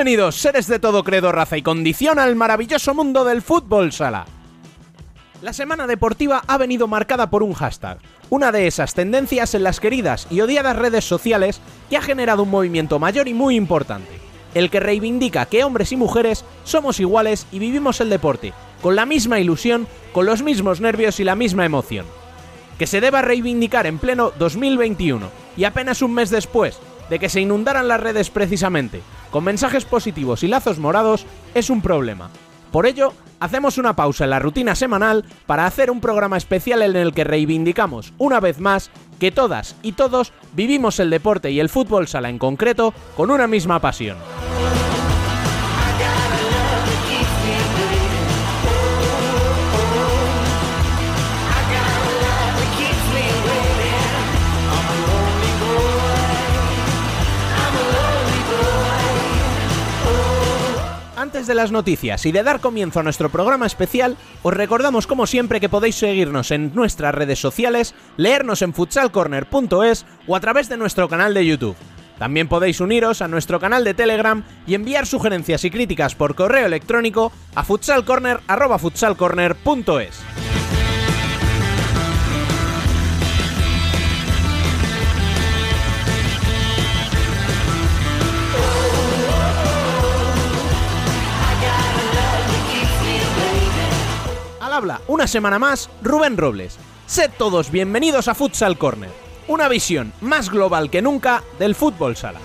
Bienvenidos, seres de todo credo, raza y condición, al maravilloso mundo del fútbol sala. La semana deportiva ha venido marcada por un hashtag, una de esas tendencias en las queridas y odiadas redes sociales que ha generado un movimiento mayor y muy importante, el que reivindica que hombres y mujeres somos iguales y vivimos el deporte con la misma ilusión, con los mismos nervios y la misma emoción. Que se deba reivindicar en pleno 2021 y apenas un mes después de que se inundaran las redes precisamente con mensajes positivos y lazos morados es un problema. Por ello, hacemos una pausa en la rutina semanal para hacer un programa especial en el que reivindicamos una vez más que todas y todos vivimos el deporte y el fútbol sala en concreto con una misma pasión. Antes de las noticias y de dar comienzo a nuestro programa especial, os recordamos como siempre que podéis seguirnos en nuestras redes sociales, leernos en futsalcorner.es o a través de nuestro canal de YouTube. También podéis uniros a nuestro canal de Telegram y enviar sugerencias y críticas por correo electrónico a futsalcorner@futsalcorner.es. Habla una semana más Rubén Robles. Sed todos bienvenidos a Futsal Corner, una visión más global que nunca del fútbol sala.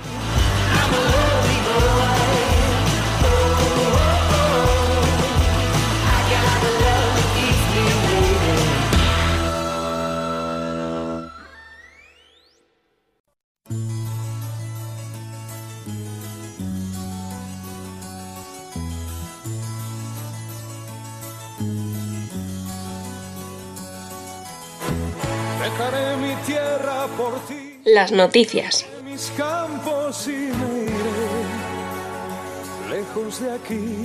Dejaré mi tierra por ti. Las noticias. Mis campos y me iré lejos de aquí.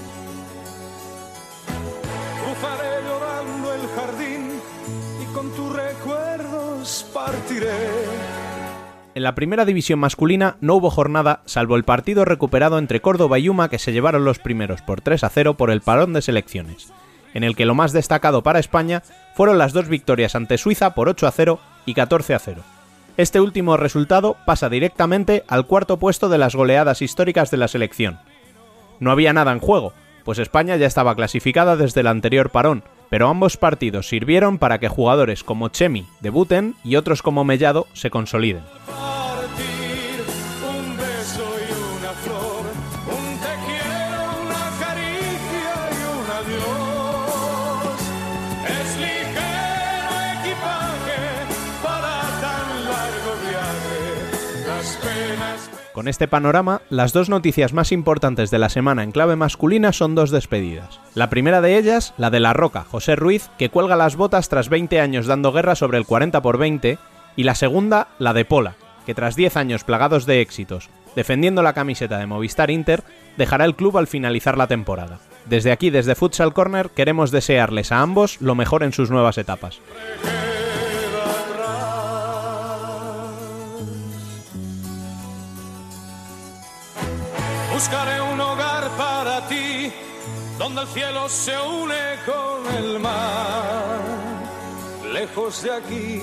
Cruzaré llorando el jardín y con tus recuerdos partiré. En la primera división masculina no hubo jornada salvo el partido recuperado entre Córdoba y Yuma que se llevaron los primeros por 3-0 por el parón de selecciones, en el que lo más destacado para España fueron las dos victorias ante Suiza por 8-0 y 14-0. Este último resultado pasa directamente al cuarto puesto de las goleadas históricas de la selección. No había nada en juego, pues España ya estaba clasificada desde el anterior parón, pero ambos partidos sirvieron para que jugadores como Chemi debuten y otros como Mellado se consoliden. Con este panorama, las dos noticias más importantes de la semana en clave masculina son dos despedidas. La primera de ellas, la de La Roca, José Ruiz, que cuelga las botas tras 20 años dando guerra sobre el 40x20, y la segunda, la de Pola, que tras 10 años plagados de éxitos, defendiendo la camiseta de Movistar Inter, dejará el club al finalizar la temporada. Desde aquí, desde Futsal Corner, queremos desearles a ambos lo mejor en sus nuevas etapas. Buscaré un hogar para ti, donde el cielo se une con el mar, lejos de aquí.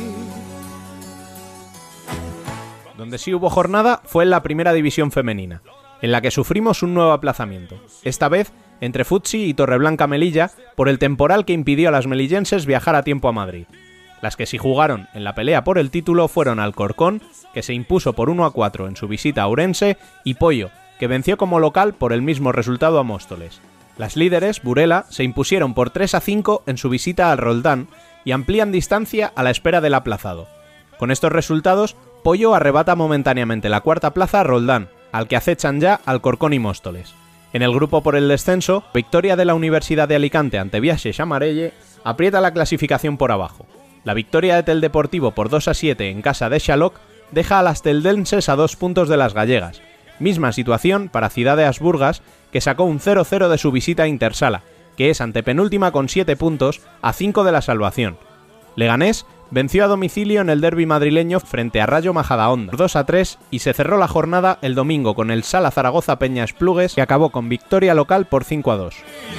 Donde sí hubo jornada fue en la primera división femenina, en la que sufrimos un nuevo aplazamiento, esta vez entre Futsi y Torreblanca Melilla por el temporal que impidió a las melillenses viajar a tiempo a Madrid. Las que sí jugaron en la pelea por el título fueron Alcorcón, que se impuso por 1-4 en su visita a Ourense, y Pollo, que venció como local por el mismo resultado a Móstoles. Las líderes, Burela, se impusieron por 3-5 en su visita al Roldán y amplían distancia a la espera del aplazado. Con estos resultados, Pollo arrebata momentáneamente la cuarta plaza a Roldán, al que acechan ya Alcorcón y Móstoles. En el grupo por el descenso, victoria de la Universidad de Alicante ante Viaxe Xamarelle aprieta la clasificación por abajo. La victoria de Tel Deportivo por 2-7 en casa de Xaloc deja a las teldenses a 2 puntos de las gallegas. Misma situación para Ciudad de Asburgas, que sacó un 0-0 de su visita a Intersala, que es antepenúltima con 7 puntos a 5 de la salvación. Leganés venció a domicilio en el derbi madrileño frente a Rayo Majadahonda 2-3 y se cerró la jornada el domingo con el Sala Zaragoza Peña Esplugues, que acabó con victoria local por 5-2.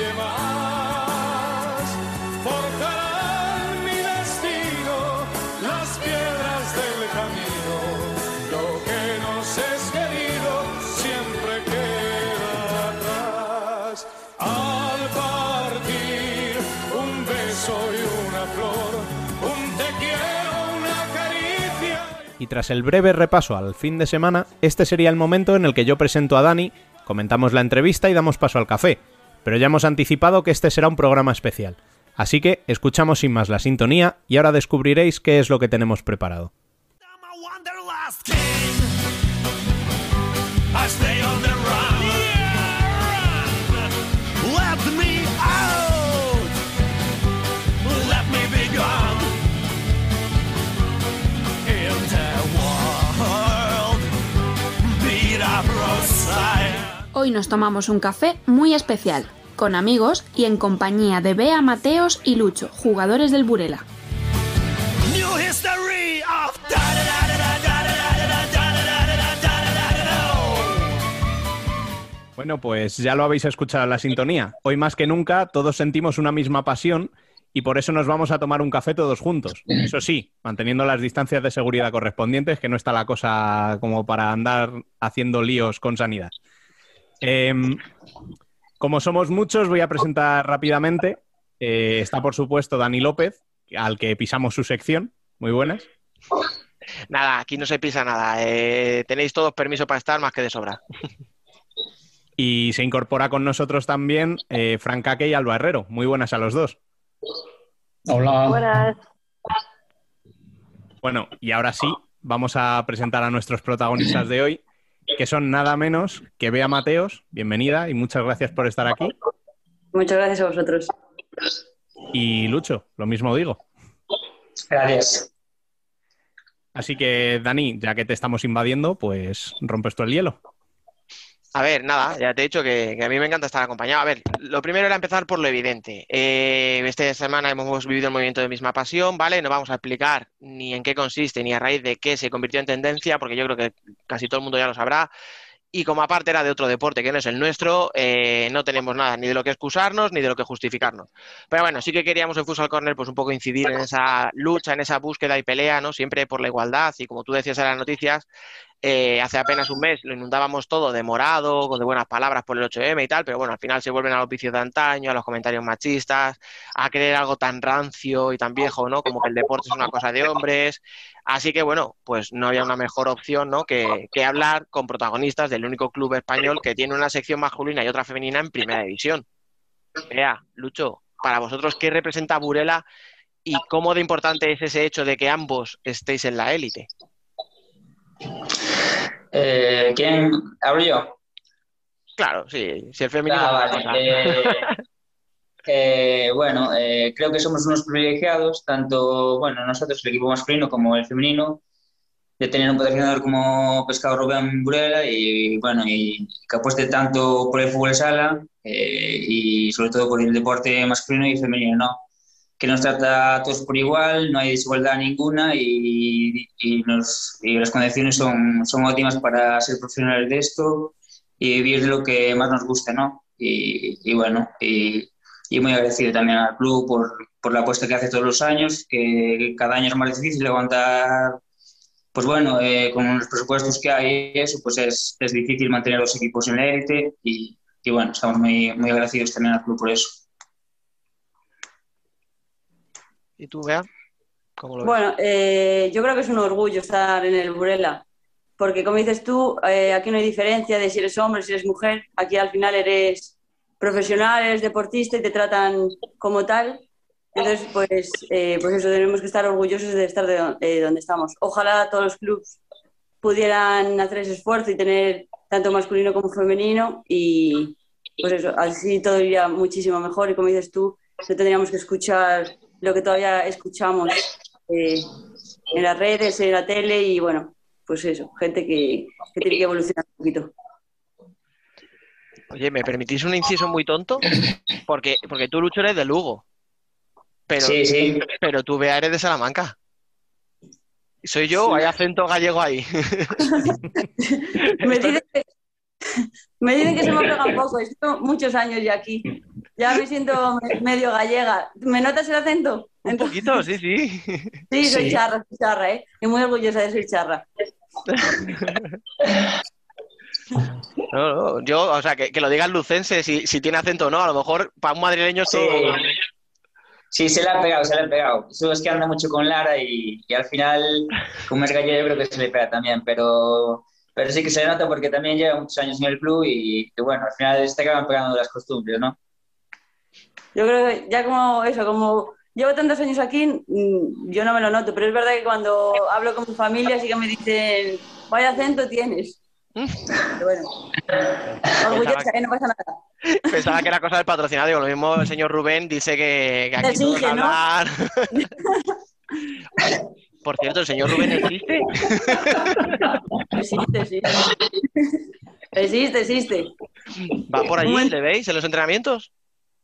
Y tras el breve repaso al fin de semana, este sería el momento en el que yo presento a Dani, comentamos la entrevista y damos paso al café. Pero ya hemos anticipado que este será un programa especial. Así que escuchamos sin más la sintonía y ahora descubriréis qué es lo que tenemos preparado. Hoy nos tomamos un café muy especial, con amigos y en compañía de Bea, Mateos y Lucho, jugadores del Burela. Bueno, pues ya lo habéis escuchado en la sintonía. Hoy más que nunca todos sentimos una misma pasión y por eso nos vamos a tomar un café todos juntos. Eso sí, manteniendo las distancias de seguridad correspondientes, que no está la cosa como para andar haciendo líos con sanidad. Como somos muchos, voy a presentar rápidamente. Está, por supuesto, Dani López, al que pisamos su sección. Muy buenas. Nada, aquí no se pisa nada. Tenéis todos permiso para estar más que de sobra. Y se incorpora con nosotros también Fran Caque y Alba Herrero. Muy buenas a los dos. Hola. Buenas. Bueno, y ahora sí, vamos a presentar a nuestros protagonistas de hoy, que son nada menos que Bea Mateos. Bienvenida y muchas gracias por estar aquí. Muchas gracias a vosotros. Y Lucho, lo mismo digo. Gracias. Así que, Dani, ya que te estamos invadiendo, pues rompes tú el hielo. A ver, nada, ya te he dicho que a mí me encanta estar acompañado. A ver, lo primero era empezar por lo evidente. Esta semana hemos vivido el movimiento de Misma Pasión, ¿vale? No vamos a explicar ni en qué consiste ni a raíz de qué se convirtió en tendencia, porque yo creo que casi todo el mundo ya lo sabrá. Y como aparte era de otro deporte que no es el nuestro, no tenemos nada ni de lo que excusarnos ni de lo que justificarnos. Pero bueno, sí que queríamos en Futsal Corner pues un poco incidir en esa lucha, en esa búsqueda y pelea, ¿no? Siempre por la igualdad y como tú decías en las noticias, hace apenas un mes lo inundábamos todo de morado, de buenas palabras por el 8M y tal, pero bueno, al final se vuelven a los vicios de antaño, a los comentarios machistas, a creer algo tan rancio y tan viejo, ¿no? Como que el deporte es una cosa de hombres. Así que bueno, pues no había una mejor opción, ¿no? que hablar con protagonistas del único club español que tiene una sección masculina y otra femenina en primera división. Vea, Lucho, para vosotros, ¿qué representa Burela y cómo de importante es ese hecho de que ambos estéis en la élite? ¿Quién? ¿Hablo yo? Claro, sí, si el feminismo... Vale. Bueno, creo que somos unos privilegiados, tanto, bueno, nosotros, el equipo masculino como el femenino, de tener un patrocinador como Pescado Rubén Burela y, bueno, y que apueste tanto por el fútbol sala y sobre todo por el deporte masculino y femenino, ¿no? Que nos trata a todos por igual, no hay desigualdad ninguna y las condiciones son óptimas para ser profesionales de esto y vivir de lo que más nos gusta, ¿no? Y bueno, y muy agradecido también al club por la apuesta que hace todos los años, que cada año es más difícil aguantar, pues bueno, con los presupuestos que hay eso, pues es difícil mantener los equipos en la élite y bueno, estamos muy, muy agradecidos también al club por eso. ¿Y tú, Bea? ¿Cómo lo ves? Bueno, yo creo que es un orgullo estar en el Burela, porque como dices tú, aquí no hay diferencia de si eres hombre, si eres mujer, aquí al final eres profesional, eres deportista y te tratan como tal. Entonces, pues eso, tenemos que estar orgullosos de estar donde estamos. Ojalá todos los clubes pudieran hacer ese esfuerzo y tener tanto masculino como femenino y pues eso, así todo iría muchísimo mejor y como dices tú, no tendríamos que escuchar lo que todavía escuchamos en las redes, en la tele y bueno, pues eso, gente que tiene que evolucionar un poquito. Oye, ¿me permitís un inciso muy tonto? Porque tú, Lucho, eres de Lugo. Pero, Sí. pero tú, Bea, eres de Salamanca. Soy yo, hay acento gallego ahí. Me dicen que, me dicen que se me pega un poco, estoy muchos años ya aquí. Ya me siento medio gallega. ¿Me notas el acento? Un poquito, sí, sí. Sí, soy Sí. charra, ¿eh? Y muy orgullosa de ser charra. No, no, yo, o sea, que lo diga el lucense si tiene acento o no. A lo mejor para un madrileño Sí, esto... sí, se le ha pegado, se le ha pegado. Eso es que anda mucho con Lara y al final, como es gallego, yo creo que se le pega también, pero sí que se le nota porque también lleva muchos años en el club y bueno, al final te acaban pegando las costumbres, ¿no? Yo creo que ya como eso, como llevo tantos años aquí, yo no me lo noto, pero es verdad que cuando hablo con mi familia sí que me dicen, vaya acento tienes. Pero bueno, orgullosa, no pasa nada. Pensaba que era cosa del patrocinado. Digo, lo mismo el señor Rubén dice que aquí todos Exige, ¿no? hablan... Por cierto, ¿el señor Rubén existe? Existe, sí. Existe. ¿Va por allí? ¿Le veis en los entrenamientos?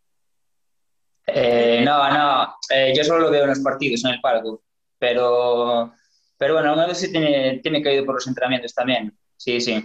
No, yo solo lo veo en los partidos, en el palco, pero bueno, una vez sí tiene que ir por los entrenamientos también, sí. Sí,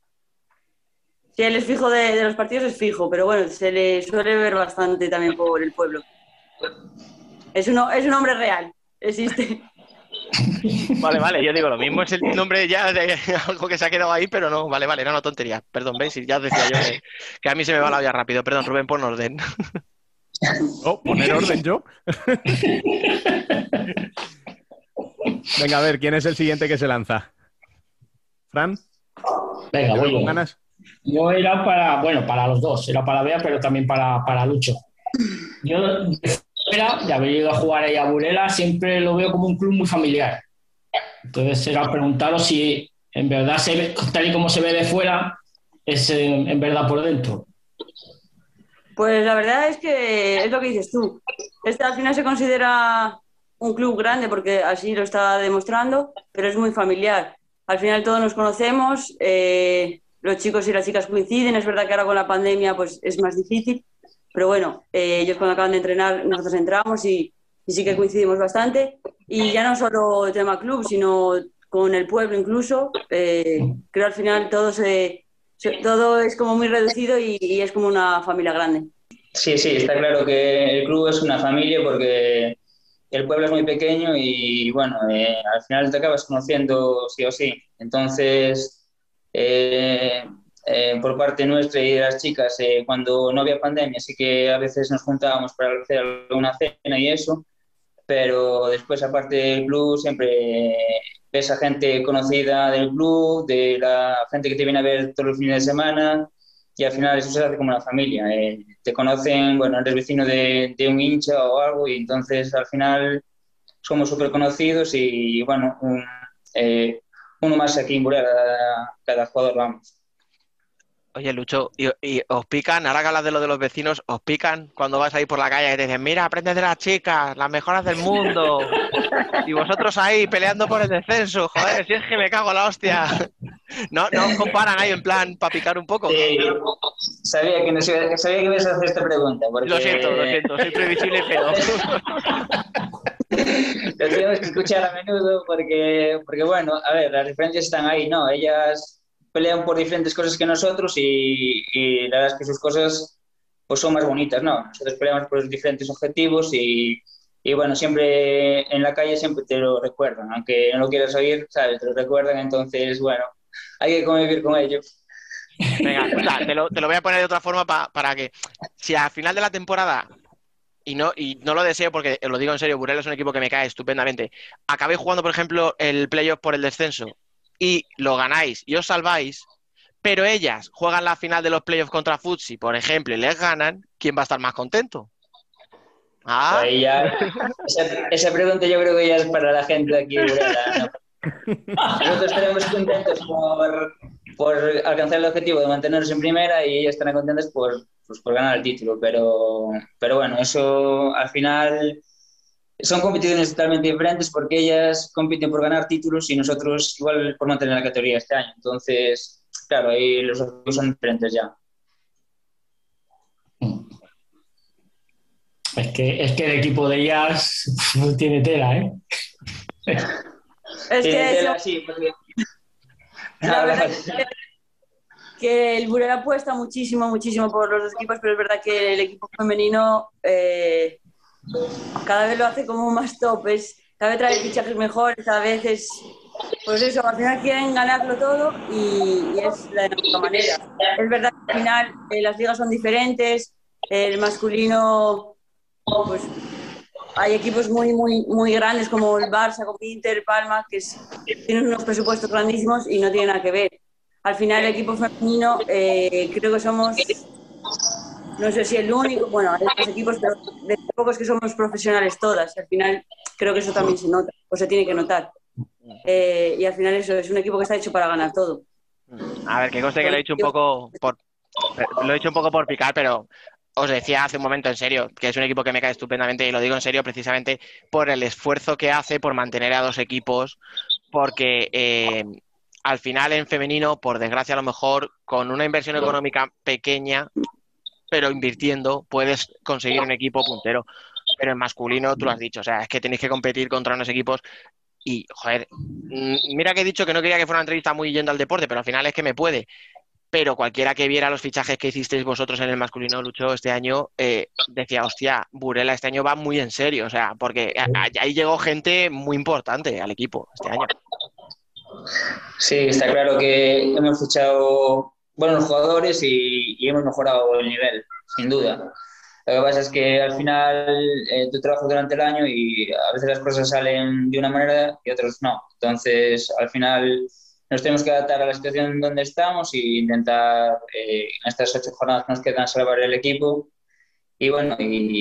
él es fijo de los partidos, es fijo, pero bueno, se le suele ver bastante también por el pueblo. Es un hombre real, existe. Vale, yo digo, lo mismo es el nombre ya de algo que se ha quedado ahí, pero no, vale, era una tontería. Perdón, ¿veis? Ya os decía yo que a mí se me va la olla rápido. Perdón, Rubén, pon orden. Oh, poner orden yo. Venga, a ver, ¿quién es el siguiente que se lanza? ¿Fran? Venga, voy ¿Con yo. ganas? Yo era para los dos, era para Bea, pero también para Lucho. Yo, de haber ido a jugar ahí a Burela, siempre lo veo como un club muy familiar. Entonces era preguntaros si en verdad se ve, tal y como se ve de fuera, es en verdad por dentro. Pues la verdad es que es lo que dices tú. Al final se considera un club grande porque así lo está demostrando, pero es muy familiar. Al final todos nos conocemos, los chicos y las chicas coinciden. Es verdad que ahora con la pandemia pues es más difícil, pero bueno, ellos cuando acaban de entrenar nosotros entramos y sí que coincidimos bastante. Y ya no solo el tema club, sino con el pueblo incluso. Creo al final todo es como muy reducido y es como una familia grande. Sí, está claro que el club es una familia porque el pueblo es muy pequeño y bueno, al final te acabas conociendo sí o sí. Entonces, por parte nuestra y de las chicas, cuando no había pandemia, sí que a veces nos juntábamos para hacer alguna cena y eso, pero después, aparte del club, siempre ves a gente conocida del club, de la gente que te viene a ver todos los fines de semana y al final eso se hace como una familia. Te conocen, bueno, eres vecino de un hincha o algo y entonces al final somos súper conocidos y bueno, uno más aquí en Burela, cada jugador, vamos. Oye, Lucho, ¿y os pican, ahora que hablas de lo de los vecinos, os pican cuando vas ahí por la calle y te dicen, mira, aprende de las chicas, las mejores del mundo, y vosotros ahí peleando por el descenso, joder, si es que me cago en la hostia? No os comparan ahí en plan para picar un poco. Sí, sabía que ibas a hacer esta pregunta. Porque... Lo siento, soy previsible, pero... Lo tenemos que escuchar a menudo porque, bueno, a ver, las diferencias están ahí, ¿no? Ellas pelean por diferentes cosas que nosotros y la verdad es que sus cosas pues son más bonitas, ¿no? Nosotros peleamos por diferentes objetivos y bueno, siempre en la calle siempre te lo recuerdan, aunque no lo quieras oír, ¿sabes? Te lo recuerdan, entonces, bueno, hay que convivir con ellos. Venga, o sea, te lo voy a poner de otra forma para que si al final de la temporada, y no lo deseo porque os lo digo en serio, Burela es un equipo que me cae estupendamente, acabéis jugando, por ejemplo, el playoff por el descenso y lo ganáis y os salváis, pero ellas juegan la final de los playoffs contra Futsi, por ejemplo, y les ganan, ¿quién va a estar más contento? Ahí ya, esa pregunta yo creo que ya es para la gente de aquí de Burela, ¿no? Nosotros estaremos contentos por alcanzar el objetivo de mantenernos en primera y ellas estarán contentas por ganar el título, pero bueno, eso al final son competiciones totalmente diferentes porque ellas compiten por ganar títulos y nosotros igual por mantener la categoría este año. Entonces, claro, ahí los objetivos son diferentes ya. Es que el equipo de ellas tiene tela, ¿eh? Es Es que Sí, porque... la verdad que el Burela apuesta muchísimo, muchísimo por los dos equipos, pero es verdad que el equipo femenino cada vez lo hace como más top, cada vez trae fichajes mejores, cada vez es, pues eso, al final quieren ganarlo todo y es la única manera. Es verdad que al final las ligas son diferentes, el masculino, pues hay equipos muy, muy, muy grandes como el Barça, como Inter, Palma, que tienen unos presupuestos grandísimos y no tienen nada que ver. Al final el equipo femenino creo que somos, no sé si el único, bueno, hay otros equipos, pero de pocos que somos profesionales todas. Al final creo que eso también se nota, o se tiene que notar. Y al final eso es un equipo que está hecho para ganar todo. A ver, que conste que lo he dicho un poco por picar, pero os decía hace un momento en serio, que es un equipo que me cae estupendamente y lo digo en serio precisamente por el esfuerzo que hace por mantener a dos equipos, porque al final en femenino, por desgracia a lo mejor, con una inversión económica pequeña, pero invirtiendo, puedes conseguir un equipo puntero. Pero en masculino, tú lo has dicho, o sea, es que tenéis que competir contra unos equipos y, joder, mira que he dicho que no quería que fuera una entrevista muy yendo al deporte, pero al final es que me puede. Pero cualquiera que viera los fichajes que hicisteis vosotros en el masculino, Lucho, este año, decía, hostia, Burela este año va muy en serio, o sea, porque ahí llegó gente muy importante al equipo este año. Sí, está claro que hemos fichado buenos jugadores y hemos mejorado el nivel, sin duda. Lo que pasa es que al final tú trabajas durante el año y a veces las cosas salen de una manera y otras no. Entonces, al final nos tenemos que adaptar a la situación donde estamos e intentar, en estas 8 jornadas que nos quedan, salvar el equipo. Y bueno,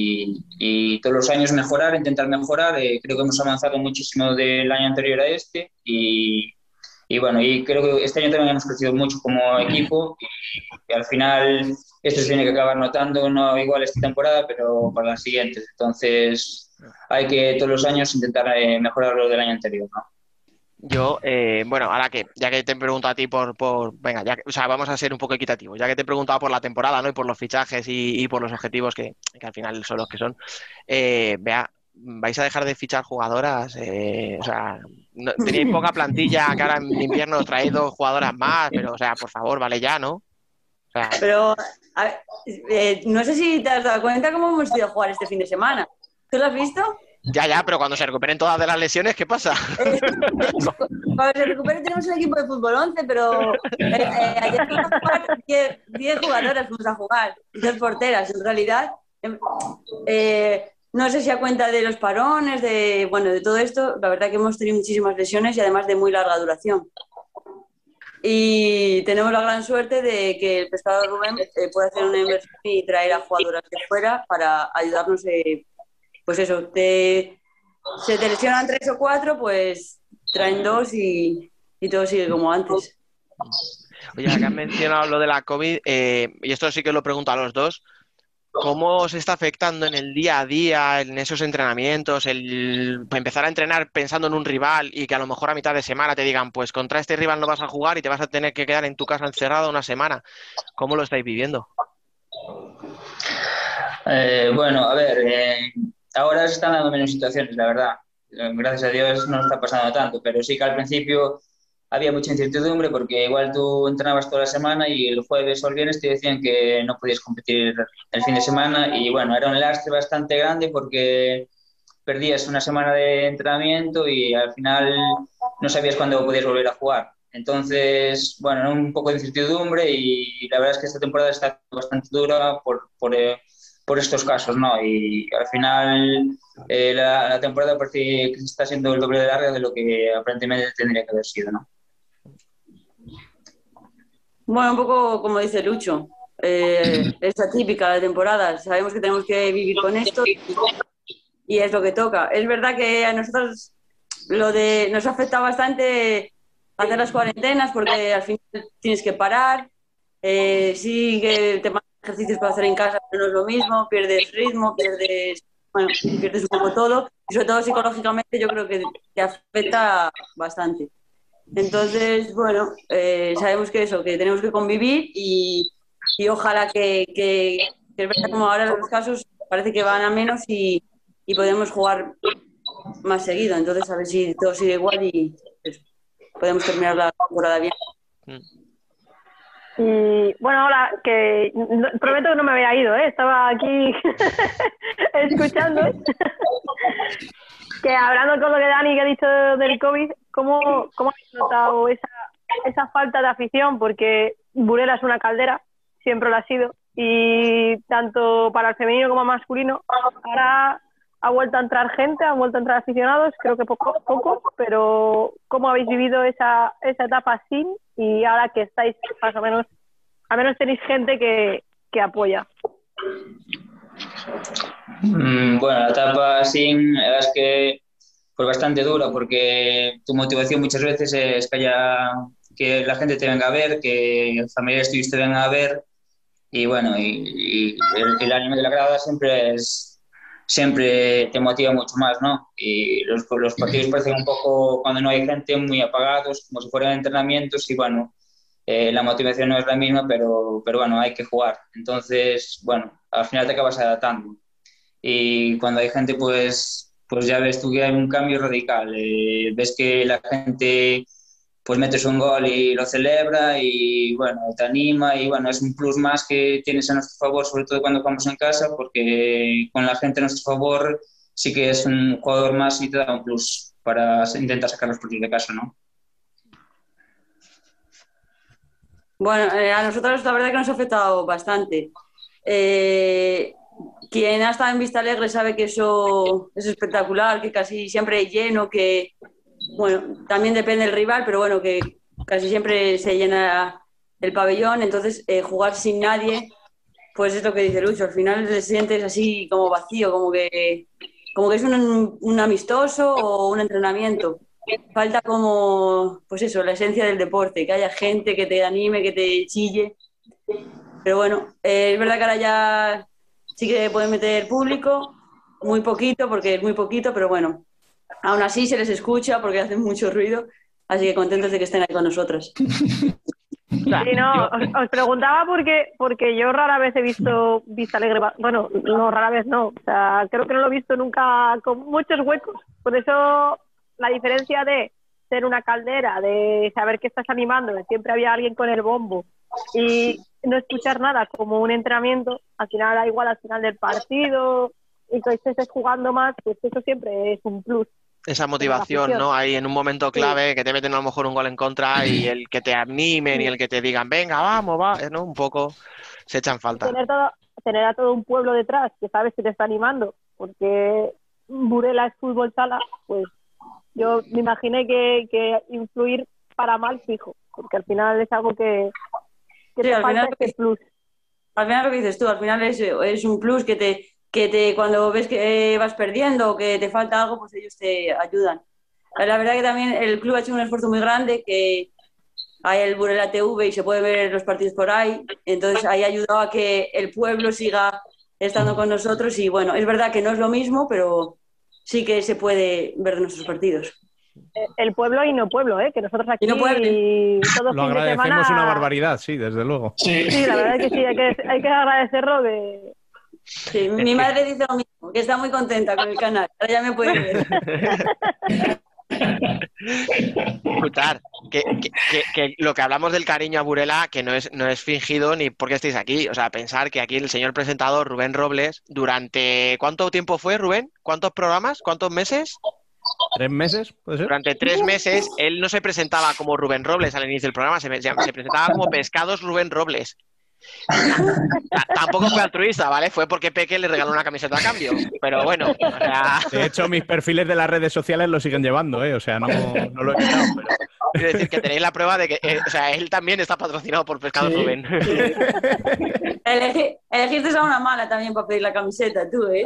y todos los años mejorar, intentar mejorar. Creo que hemos avanzado muchísimo del año anterior a este y bueno, y creo que este año también hemos crecido mucho como equipo y al final esto se tiene que acabar notando, no igual esta temporada, pero para las siguientes. Entonces hay que todos los años intentar mejorar lo del año anterior, ¿no? Yo, bueno, ahora que, ya que te pregunto a ti venga, o sea, vamos a ser un poco equitativos, ya que te he preguntado por la temporada, ¿no? Y por los fichajes y por los objetivos que al final son los que son. Vea, ¿vais a dejar de fichar jugadoras? O sea, teníais poca plantilla, que ahora en invierno os traéis 2 jugadoras más, pero, o sea, por favor, vale ya, ¿no? O sea, Pero a ver, no sé si te has dado cuenta cómo hemos ido a jugar este fin de semana. ¿Tú lo has visto? ya, pero cuando se recuperen todas de las lesiones, ¿qué pasa? Cuando se recupere tenemos un equipo de fútbol 11, pero ayer fuimos a jugar 10 jugadoras, fuimos a jugar, 10 porteras. En realidad, no sé si a cuenta de los parones, de todo esto, la verdad que hemos tenido muchísimas lesiones y además de muy larga duración. Y tenemos la gran suerte de que el pescador Rubén puede hacer una inversión y traer a jugadoras de fuera para ayudarnos, pues eso, se te lesionan 3 o 4, pues traen 2 y todo sigue como antes. Oye, acá has mencionado lo de la COVID, y esto sí que lo pregunto a los dos. ¿Cómo os está afectando en el día a día, en esos entrenamientos, el empezar a entrenar pensando en un rival y que a lo mejor a mitad de semana te digan, pues contra este rival no vas a jugar y te vas a tener que quedar en tu casa encerrado una semana? ¿Cómo lo estáis viviendo? Bueno, a ver, ahora se están dando menos situaciones, la verdad. Gracias a Dios no está pasando tanto, pero sí que al principio había mucha incertidumbre porque igual tú entrenabas toda la semana y el jueves o el viernes te decían que no podías competir el fin de semana y bueno, era un lastre bastante grande porque perdías una semana de entrenamiento y al final no sabías cuándo podías volver a jugar. Entonces, bueno, era un poco de incertidumbre y la verdad es que esta temporada está bastante dura por estos casos, ¿no? Y al final la temporada parece que está siendo el doble de larga de lo que aparentemente tendría que haber sido, ¿no? Bueno, un poco como dice Lucho, es atípica la temporada, sabemos que tenemos que vivir con esto y es lo que toca. Es verdad que a nosotros nos afecta bastante hacer las cuarentenas porque al final tienes que parar, sí que te mandan ejercicios para hacer en casa, pero no es lo mismo, pierdes ritmo, pierdes un poco todo y sobre todo psicológicamente yo creo que te afecta bastante. Entonces, bueno, sabemos que tenemos que convivir y ojalá que es verdad como ahora los casos parece que van a menos y podemos jugar más seguido. Entonces, a ver si todo sigue igual y podemos terminar la temporada bien. Y bueno, hola, prometo que no me había ido, estaba aquí escuchando. Que hablando con lo que Dani que ha dicho del COVID, ¿cómo habéis notado esa falta de afición? Porque Burela es una caldera, siempre lo ha sido, y tanto para el femenino como el masculino, ahora ha vuelto a entrar gente, han vuelto a entrar aficionados, creo que poco, pero ¿cómo habéis vivido esa etapa sin? Y ahora que estáis más o menos, al menos tenéis gente que apoya. Bueno, la etapa sin es que fue bastante dura porque tu motivación muchas veces es que la gente te venga a ver, que familiares tuyos te vengan a ver y bueno, y el ánimo de la grada siempre te motiva mucho más, ¿no? Y los partidos parecen un poco, cuando no hay gente, muy apagados, como si fueran entrenamientos y bueno, la motivación no es la misma, pero bueno, hay que jugar. Entonces, bueno, al final te acabas adaptando. Y cuando hay gente, pues ya ves tú que hay un cambio radical. Ves que la gente pues metes un gol y lo celebra y bueno, te anima y bueno, es un plus más que tienes a nuestro favor, sobre todo cuando jugamos en casa, porque con la gente a nuestro favor sí que es un jugador más y te da un plus para intentar sacar los partidos de casa, ¿no? Bueno, a nosotros la verdad que nos ha afectado bastante. Quien ha estado en Vista Alegre sabe que eso es espectacular, que casi siempre hay lleno, que bueno, también depende del rival, pero bueno, que casi siempre se llena el pabellón, entonces jugar sin nadie, pues es lo que dice Lucho, al final te sientes así como vacío, como que es un amistoso o un entrenamiento. Falta como, pues eso, la esencia del deporte, que haya gente que te anime, que te chille. Pero bueno, es verdad que ahora ya sí que pueden meter público, muy poquito, porque es muy poquito, pero bueno, aún así se les escucha porque hacen mucho ruido, así que contentos de que estén ahí con nosotros. Sí, no, os preguntaba porque yo rara vez he visto Vista Alegre, bueno, no, rara vez no, o sea, creo que no lo he visto nunca con muchos huecos, por eso la diferencia de ser una caldera, de saber que estás animando, de siempre había alguien con el bombo y no escuchar nada como un entrenamiento, al final da igual al final del partido y que estés jugando más, pues eso siempre es un plus. Esa motivación, ¿no? Ahí en un momento clave, sí, que te meten a lo mejor un gol en contra y el que te animen y el que te digan, venga, vamos, va, ¿no? Un poco se echan falta. Tener a todo un pueblo detrás que sabes que te está animando, porque Burela es fútbol sala, pues yo me imaginé que influir para mal fijo, porque al final es algo que sí, te falta ese plus. Al final lo que dices tú, al final es un plus que te cuando ves que vas perdiendo o que te falta algo, pues ellos te ayudan. La verdad que también el club ha hecho un esfuerzo muy grande, que hay el Burela TV y se puede ver los partidos por ahí, entonces ahí ha ayudado a que el pueblo siga estando con nosotros y bueno, es verdad que no es lo mismo, pero sí que se puede ver nuestros partidos. El pueblo y no pueblo, que nosotros aquí no todo lo agradecemos una barbaridad, sí, desde luego. Sí, la verdad es que sí, hay que agradecerlo de... Sí, mi madre dice lo mismo, que está muy contenta con el canal, ahora ya me puede ver. Escuchar, que lo que hablamos del cariño a Burela, que no es fingido ni porque estéis aquí, o sea, pensar que aquí el señor presentador Rubén Robles, durante ¿cuánto tiempo fue, Rubén? ¿Cuántos programas? ¿Cuántos meses? 3 meses, ¿puede ser? Durante 3 meses él no se presentaba como Rubén Robles al inicio del programa, se presentaba como Pescados Rubén Robles. Tampoco fue altruista, ¿vale? Fue porque Peque le regaló una camiseta a cambio. Pero bueno, o sea... De hecho, mis perfiles de las redes sociales lo siguen llevando, o sea, no lo he quitado. Pero... Quiero decir que tenéis la prueba de que o sea, él también está patrocinado por Pescados Rubén. Elegiste a una mala también para pedir la camiseta, tú, ¿eh?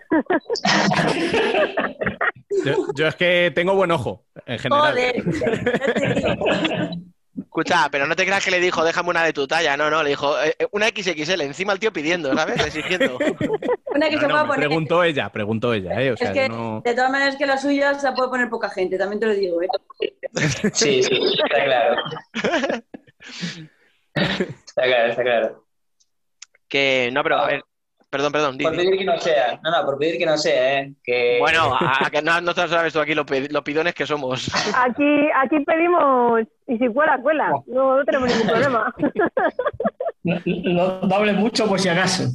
Yo es que tengo buen ojo, en general. Joder. Escucha, pero no te creas que le dijo, déjame una de tu talla. No, le dijo una XXL, encima el tío pidiendo, ¿sabes? Exigiendo. Una que se pueda poner... Preguntó ella, o sea, es que, no... de todas maneras, que la suya se la puede poner poca gente, también te lo digo, ¿eh? Sí, está claro. Está claro. Que no, pero a ver, Perdón, Por pedir que no sea. No, por pedir que no sea, ¿eh? Que... Bueno, a que no sabes tú aquí lo pidones que somos. Aquí pedimos, y si cuela, cuela. No tenemos ningún problema. No hables mucho por si acaso.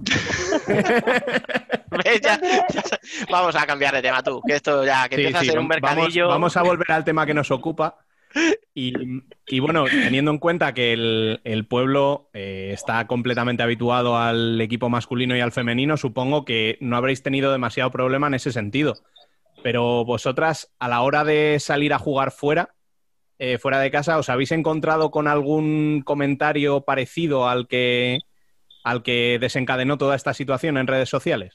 ¿Ves? Vamos a cambiar de tema tú, que esto ya que empieza a ser un mercadillo. Vamos a volver al tema que nos ocupa. Y bueno, teniendo en cuenta que el pueblo está completamente habituado al equipo masculino y al femenino, supongo que no habréis tenido demasiado problema en ese sentido. Pero vosotras, a la hora de salir a jugar fuera de casa, ¿os habéis encontrado con algún comentario parecido al que desencadenó toda esta situación en redes sociales?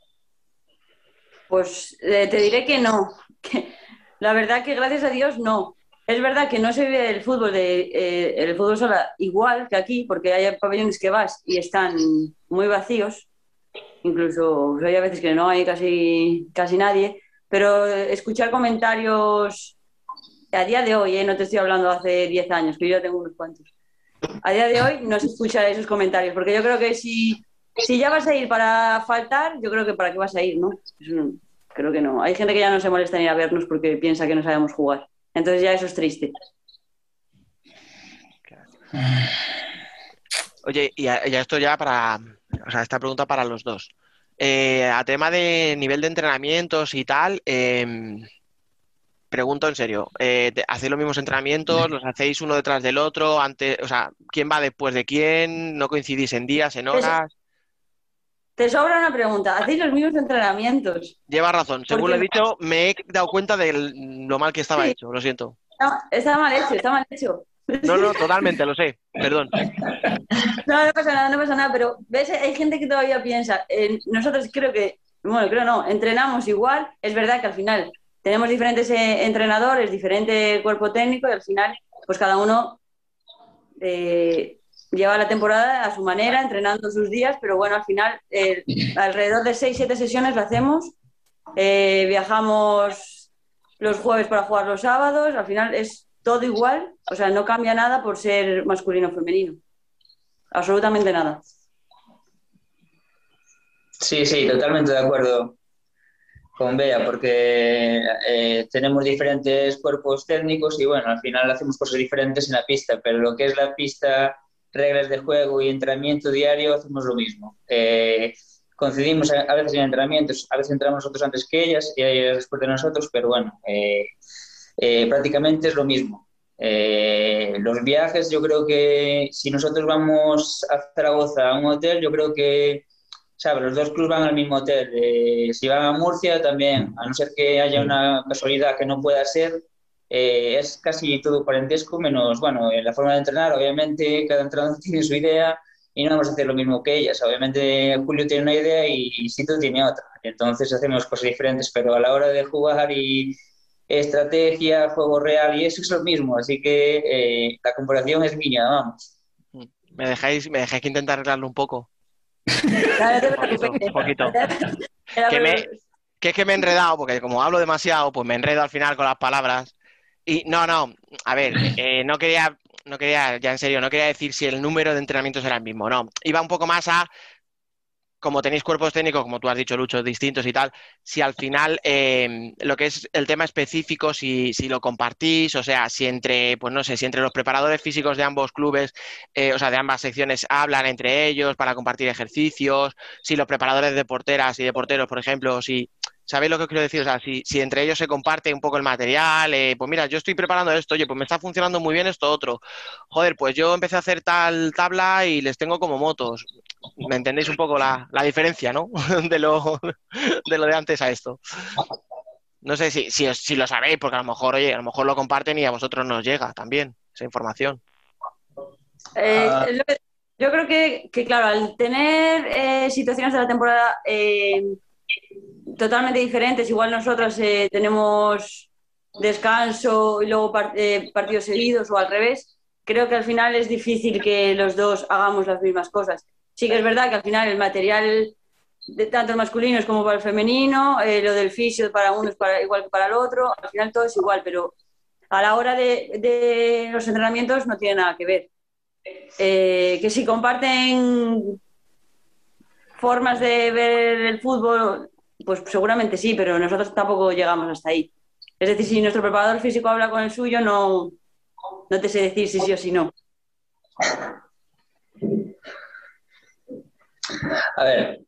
Pues te diré que no. La verdad que gracias a Dios no. Es verdad que no se vive el fútbol sala igual que aquí, porque hay pabellones que vas y están muy vacíos. Incluso hay a veces que no hay casi nadie. Pero escuchar comentarios a día de hoy, no te estoy hablando hace 10 años, que yo ya tengo unos cuantos. A día de hoy no se escuchan esos comentarios, porque yo creo que si ya vas a ir para faltar, yo creo que para qué vas a ir, ¿no? Creo que no. Hay gente que ya no se molesta en ir a vernos porque piensa que no sabemos jugar. Entonces ya eso es triste. Oye, y esto ya esta pregunta para los dos. A tema de nivel de entrenamientos y tal, pregunto en serio, ¿hacéis los mismos entrenamientos? ¿Los hacéis uno detrás del otro? ¿Quién va después de quién? ¿No coincidís en días, en horas? Te sobra una pregunta. ¿Hacéis los mismos entrenamientos? Lleva razón. Según le he dicho, me he dado cuenta de lo mal que estaba hecho. Lo siento. Está mal hecho. No, totalmente, lo sé. Perdón. No pasa nada. Pero ves, hay gente que todavía piensa. Nosotros creo no, entrenamos igual. Es verdad que al final tenemos diferentes entrenadores, diferente cuerpo técnico y al final, pues cada uno lleva la temporada a su manera, entrenando sus días, pero bueno, al final alrededor de 6-7 sesiones lo hacemos. Viajamos los jueves para jugar los sábados, al final es todo igual, o sea, no cambia nada por ser masculino o femenino. Absolutamente nada. Sí, totalmente de acuerdo con Bea, porque tenemos diferentes cuerpos técnicos y bueno, al final hacemos cosas diferentes en la pista, pero lo que es la pista, reglas de juego y entrenamiento diario, hacemos lo mismo. Coincidimos a veces en entrenamientos, a veces entramos nosotros antes que ellas y ellas después de nosotros, pero bueno, prácticamente es lo mismo. Los viajes, yo creo que si nosotros vamos a Zaragoza a un hotel, yo creo que ¿sabes? Los dos clubes van al mismo hotel. Si van a Murcia también, a no ser que haya una casualidad que no pueda ser, es casi todo parentesco, menos, bueno, la forma de entrenar, obviamente cada entrenador tiene su idea y no vamos a hacer lo mismo que ellas. Obviamente Julio tiene una idea y Sito tiene otra, entonces hacemos cosas diferentes, pero a la hora de jugar y estrategia, juego real y eso es lo mismo, así que la comparación es mínima, vamos. ¿Me dejáis que intentar arreglarlo un poco? Un poquito. Que es que me he enredado, porque como hablo demasiado, pues me enredo al final con las palabras. Y no, a ver, no quería, ya en serio, no quería decir si el número de entrenamientos era el mismo, no. Iba un poco más a, como tenéis cuerpos técnicos, como tú has dicho, Lucho, distintos y tal, si al final lo que es el tema específico, si lo compartís, o sea, si entre los preparadores físicos de ambos clubes, o sea, de ambas secciones, hablan entre ellos para compartir ejercicios, si los preparadores de porteras y de porteros, por ejemplo, si... ¿Sabéis lo que os quiero decir? O sea, si entre ellos se comparte un poco el material, pues mira, yo estoy preparando esto, oye, pues me está funcionando muy bien esto otro. Joder, pues yo empecé a hacer tal tabla y les tengo como motos. ¿Me entendéis un poco la diferencia, ¿no? de lo de antes a esto. No sé si lo sabéis, porque a lo mejor lo comparten y a vosotros nos llega también esa información. Yo creo que claro, al tener situaciones de la temporada totalmente diferentes, igual nosotros tenemos descanso y luego partidos seguidos o al revés, creo que al final es difícil que los dos hagamos las mismas cosas. Sí que es verdad que al final el material de tanto el masculino es como para el femenino, lo del fisio para uno es igual que para el otro, al final todo es igual, pero a la hora de los entrenamientos no tiene nada que ver. Que si comparten formas de ver el fútbol, pues seguramente sí, pero nosotros tampoco llegamos hasta ahí. Es decir, si nuestro preparador físico habla con el suyo, no te sé decir si sí o si no. A ver,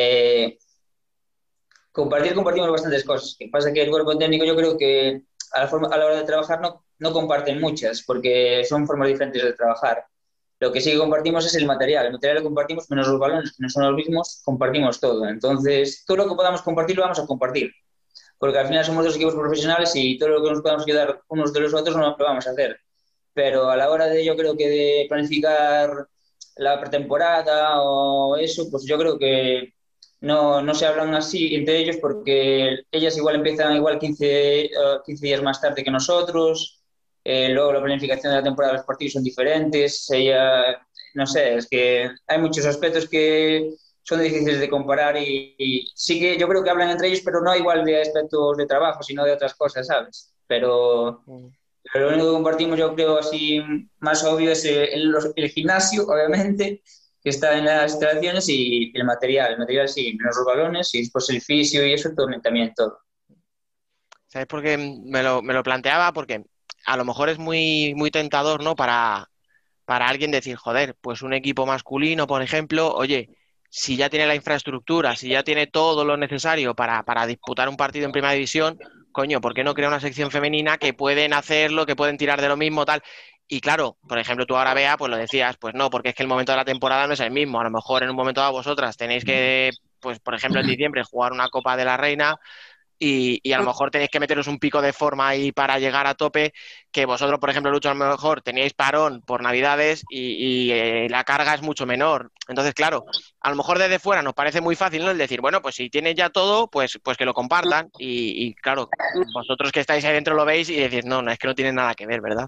compartimos bastantes cosas. Lo que pasa es que el cuerpo técnico yo creo que a la hora de trabajar no comparten muchas, porque son formas diferentes de trabajar. Lo que sí que compartimos es el material. El material lo compartimos menos los balones, que no son los mismos, compartimos todo. Entonces, todo lo que podamos compartir lo vamos a compartir. Porque al final somos dos equipos profesionales y todo lo que nos podamos ayudar unos de los otros no lo vamos a hacer. Pero a la hora de, yo creo que de planificar la pretemporada o eso, pues yo creo que no se hablan así entre ellos porque ellas igual empiezan igual 15 días más tarde que nosotros, luego la planificación de la temporada de los partidos son diferentes, no sé, es que hay muchos aspectos que son difíciles de comparar y sí que yo creo que hablan entre ellos, pero no igual de aspectos de trabajo, sino de otras cosas, ¿sabes? Pero lo único que compartimos, yo creo, así más obvio es el gimnasio, obviamente, que está en las instalaciones y el material. El material sí, menos los balones y después el fisio y eso también todo. ¿Sabes por qué me lo planteaba? Porque a lo mejor es muy, muy tentador, ¿no? Para alguien decir, joder, pues un equipo masculino, por ejemplo, oye, si ya tiene la infraestructura, si ya tiene todo lo necesario para disputar un partido en primera división, coño, ¿por qué no crea una sección femenina que pueden hacerlo, que pueden tirar de lo mismo, tal? Y claro, por ejemplo, tú ahora, Bea, pues lo decías, pues no, porque es que el momento de la temporada no es el mismo. A lo mejor en un momento dado vosotras tenéis que, pues por ejemplo, en diciembre jugar una Copa de la Reina y a lo mejor tenéis que meteros un pico de forma ahí para llegar a tope, que vosotros, por ejemplo, Lucho, a lo mejor teníais parón por Navidades y la carga es mucho menor. Entonces, claro, a lo mejor desde fuera nos parece muy fácil, ¿no? El decir, bueno, pues si tienes ya todo, pues que lo compartan. Y claro, vosotros que estáis ahí dentro lo veis y decís, no, es que no tiene nada que ver, ¿verdad?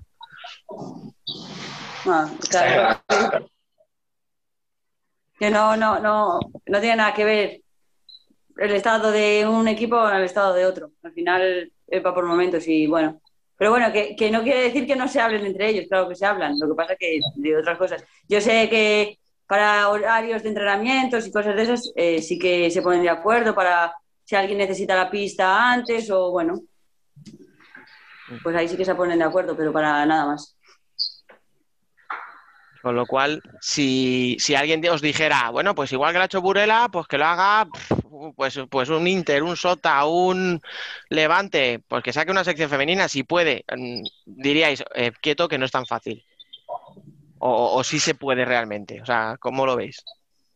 Claro. Que no tiene nada que ver el estado de un equipo con el estado de otro. Al final va por momentos y bueno. Pero bueno, que no quiere decir que no se hablen entre ellos, claro que se hablan. Lo que pasa es que de otras cosas. Yo sé que para horarios de entrenamientos y cosas de esas sí que se ponen de acuerdo para si alguien necesita la pista antes o bueno. Pues ahí sí que se ponen de acuerdo, pero para nada más. Con lo cual, si alguien os dijera, bueno, pues igual que lo ha hecho Burela, pues que lo haga pues un Inter, un Sota, un Levante, pues que saque una sección femenina, si puede, diríais, quieto, que no es tan fácil. O sí se puede realmente. O sea, ¿cómo lo veis?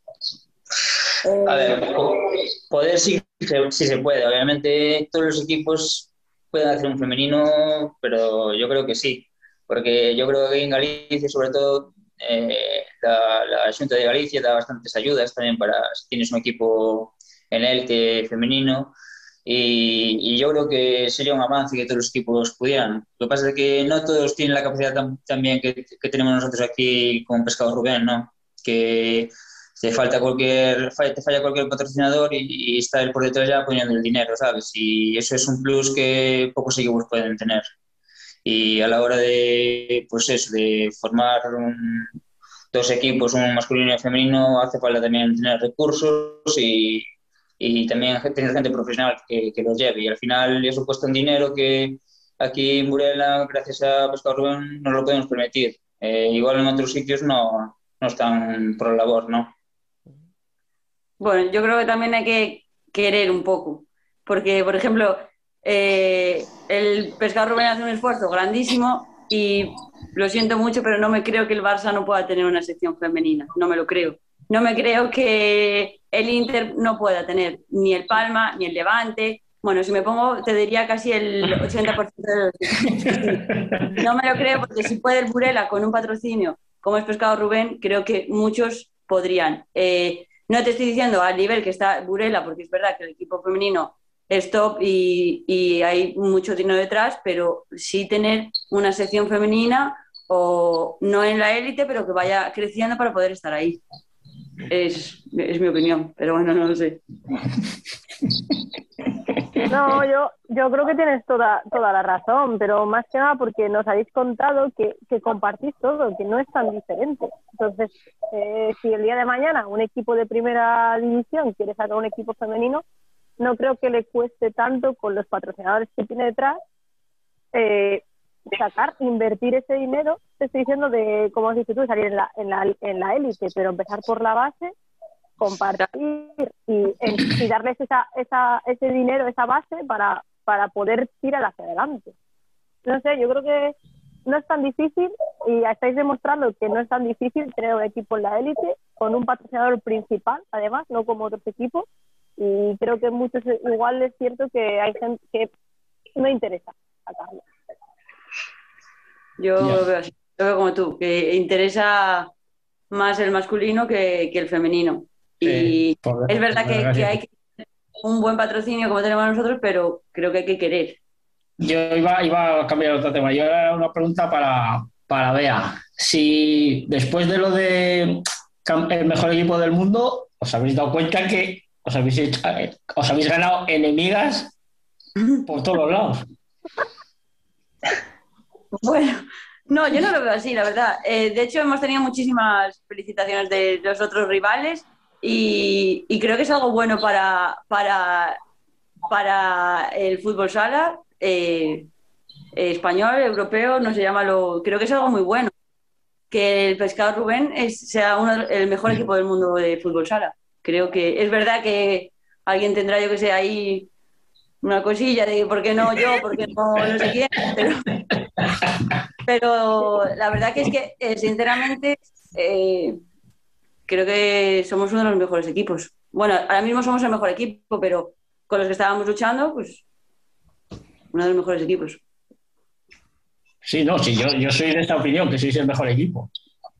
A ver, poder sí se puede. Obviamente todos los equipos pueden hacer un femenino, pero yo creo que sí. Porque yo creo que en Galicia, sobre todo, la Xunta de Galicia da bastantes ayudas también para si tienes un equipo en élite femenino y yo creo que sería un avance que todos los equipos pudieran. Lo que pasa es que no todos tienen la capacidad también que tenemos nosotros aquí con Pescado Rubén, ¿no? Que te falla cualquier patrocinador y está él por detrás ya poniendo el dinero, ¿sabes? Y eso es un plus que pocos equipos pueden tener. Y a la hora de, pues eso, de formar dos equipos, un masculino y un femenino, hace falta también tener recursos y también tener gente profesional que los lleve. Y al final eso cuesta un dinero que aquí en Burela, gracias a Pescado Rubén, no lo podemos permitir. Igual en otros sitios no están por la labor, ¿no? Bueno, yo creo que también hay que querer un poco, porque, por ejemplo, el Pescado Rubén hace un esfuerzo grandísimo y lo siento mucho, pero no me creo que el Barça no pueda tener una sección femenina, no me lo creo. No me creo que el Inter no pueda tener ni el Palma, ni el Levante. Bueno, si me pongo, te diría casi el 80% de los... No me lo creo porque si puede el Burela con un patrocinio como es Pescado Rubén, creo que muchos podrían. No te estoy diciendo al nivel que está Burela, porque es verdad que el equipo femenino es top y hay mucho dinero detrás, pero sí tener una sección femenina o no en la élite, pero que vaya creciendo para poder estar ahí. Es mi opinión, pero bueno, no lo sé. No, yo creo que tienes toda la razón, pero más que nada porque nos habéis contado que compartís todo, que no es tan diferente. Entonces, si el día de mañana un equipo de primera división quiere sacar un equipo femenino, no creo que le cueste tanto con los patrocinadores que tiene detrás invertir ese dinero. Te estoy diciendo de, como has dicho tú, salir en la élite, pero empezar por la base, compartir y darles ese dinero, esa base para poder tirar hacia adelante. No sé, yo creo que no es tan difícil y estáis demostrando que no es tan difícil tener un equipo en la élite con un patrocinador principal, además, no como otros equipos, y creo que muchos, igual es cierto que hay gente que no interesa sacarlo. Yo lo veo así, lo veo como tú, que interesa más el masculino que el femenino. Y es verdad que hay que tener un buen patrocinio como tenemos nosotros, pero creo que hay que querer. Yo iba a cambiar otro tema. Yo era una pregunta para Bea. Si después de lo de el mejor equipo del mundo, os habéis dado cuenta que os habéis ganado enemigas por todos los lados. Bueno, no, yo no lo veo así, la verdad. De hecho, hemos tenido muchísimas felicitaciones de los otros rivales y creo que es algo bueno para el fútbol sala español, europeo, no sé, llámalo. Creo que es algo muy bueno que el Pescado Rubén sea el mejor equipo del mundo de fútbol sala. Creo que es verdad que alguien tendrá, yo que sé, ahí una cosilla de por qué no yo, por qué no sé quién, pero la verdad que es que, sinceramente, creo que somos uno de los mejores equipos. Bueno, ahora mismo somos el mejor equipo, pero con los que estábamos luchando, pues uno de los mejores equipos. Sí, no, sí, yo soy de esta opinión, que sois el mejor equipo.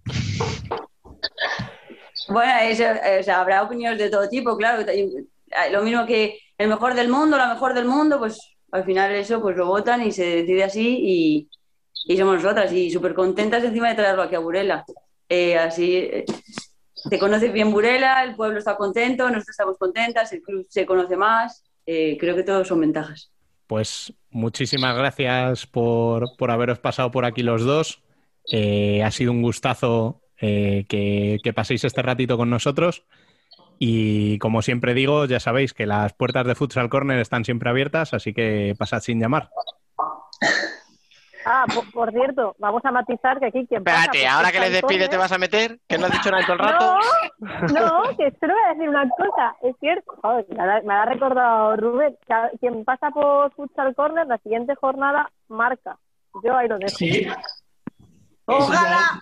Bueno, o sea, habrá opiniones de todo tipo, claro. Lo mismo que el mejor del mundo, la mejor del mundo, pues al final eso pues lo votan y se decide así y somos nosotras y súper contentas encima de traerlo aquí a Burela. Así te conoce bien Burela, el pueblo está contento, nosotros estamos contentas, el club se conoce más, creo que todos son ventajas. Pues muchísimas gracias por haberos pasado por aquí los dos. Ha sido un gustazo que paséis este ratito con nosotros. Y como siempre digo, ya sabéis que las puertas de Futsal Corner están siempre abiertas, así que pasad sin llamar. Por cierto, vamos a matizar que aquí quien Espérate, pasa, ahora que les despide te vas a meter, que no has dicho nada todo el rato. No, que solo voy a decir una cosa, es cierto, joder, me ha recordado Rubén, que quien pasa por Futsal Corner, la siguiente jornada marca. Yo ahí lo dejo. Sí. ¡Ojalá!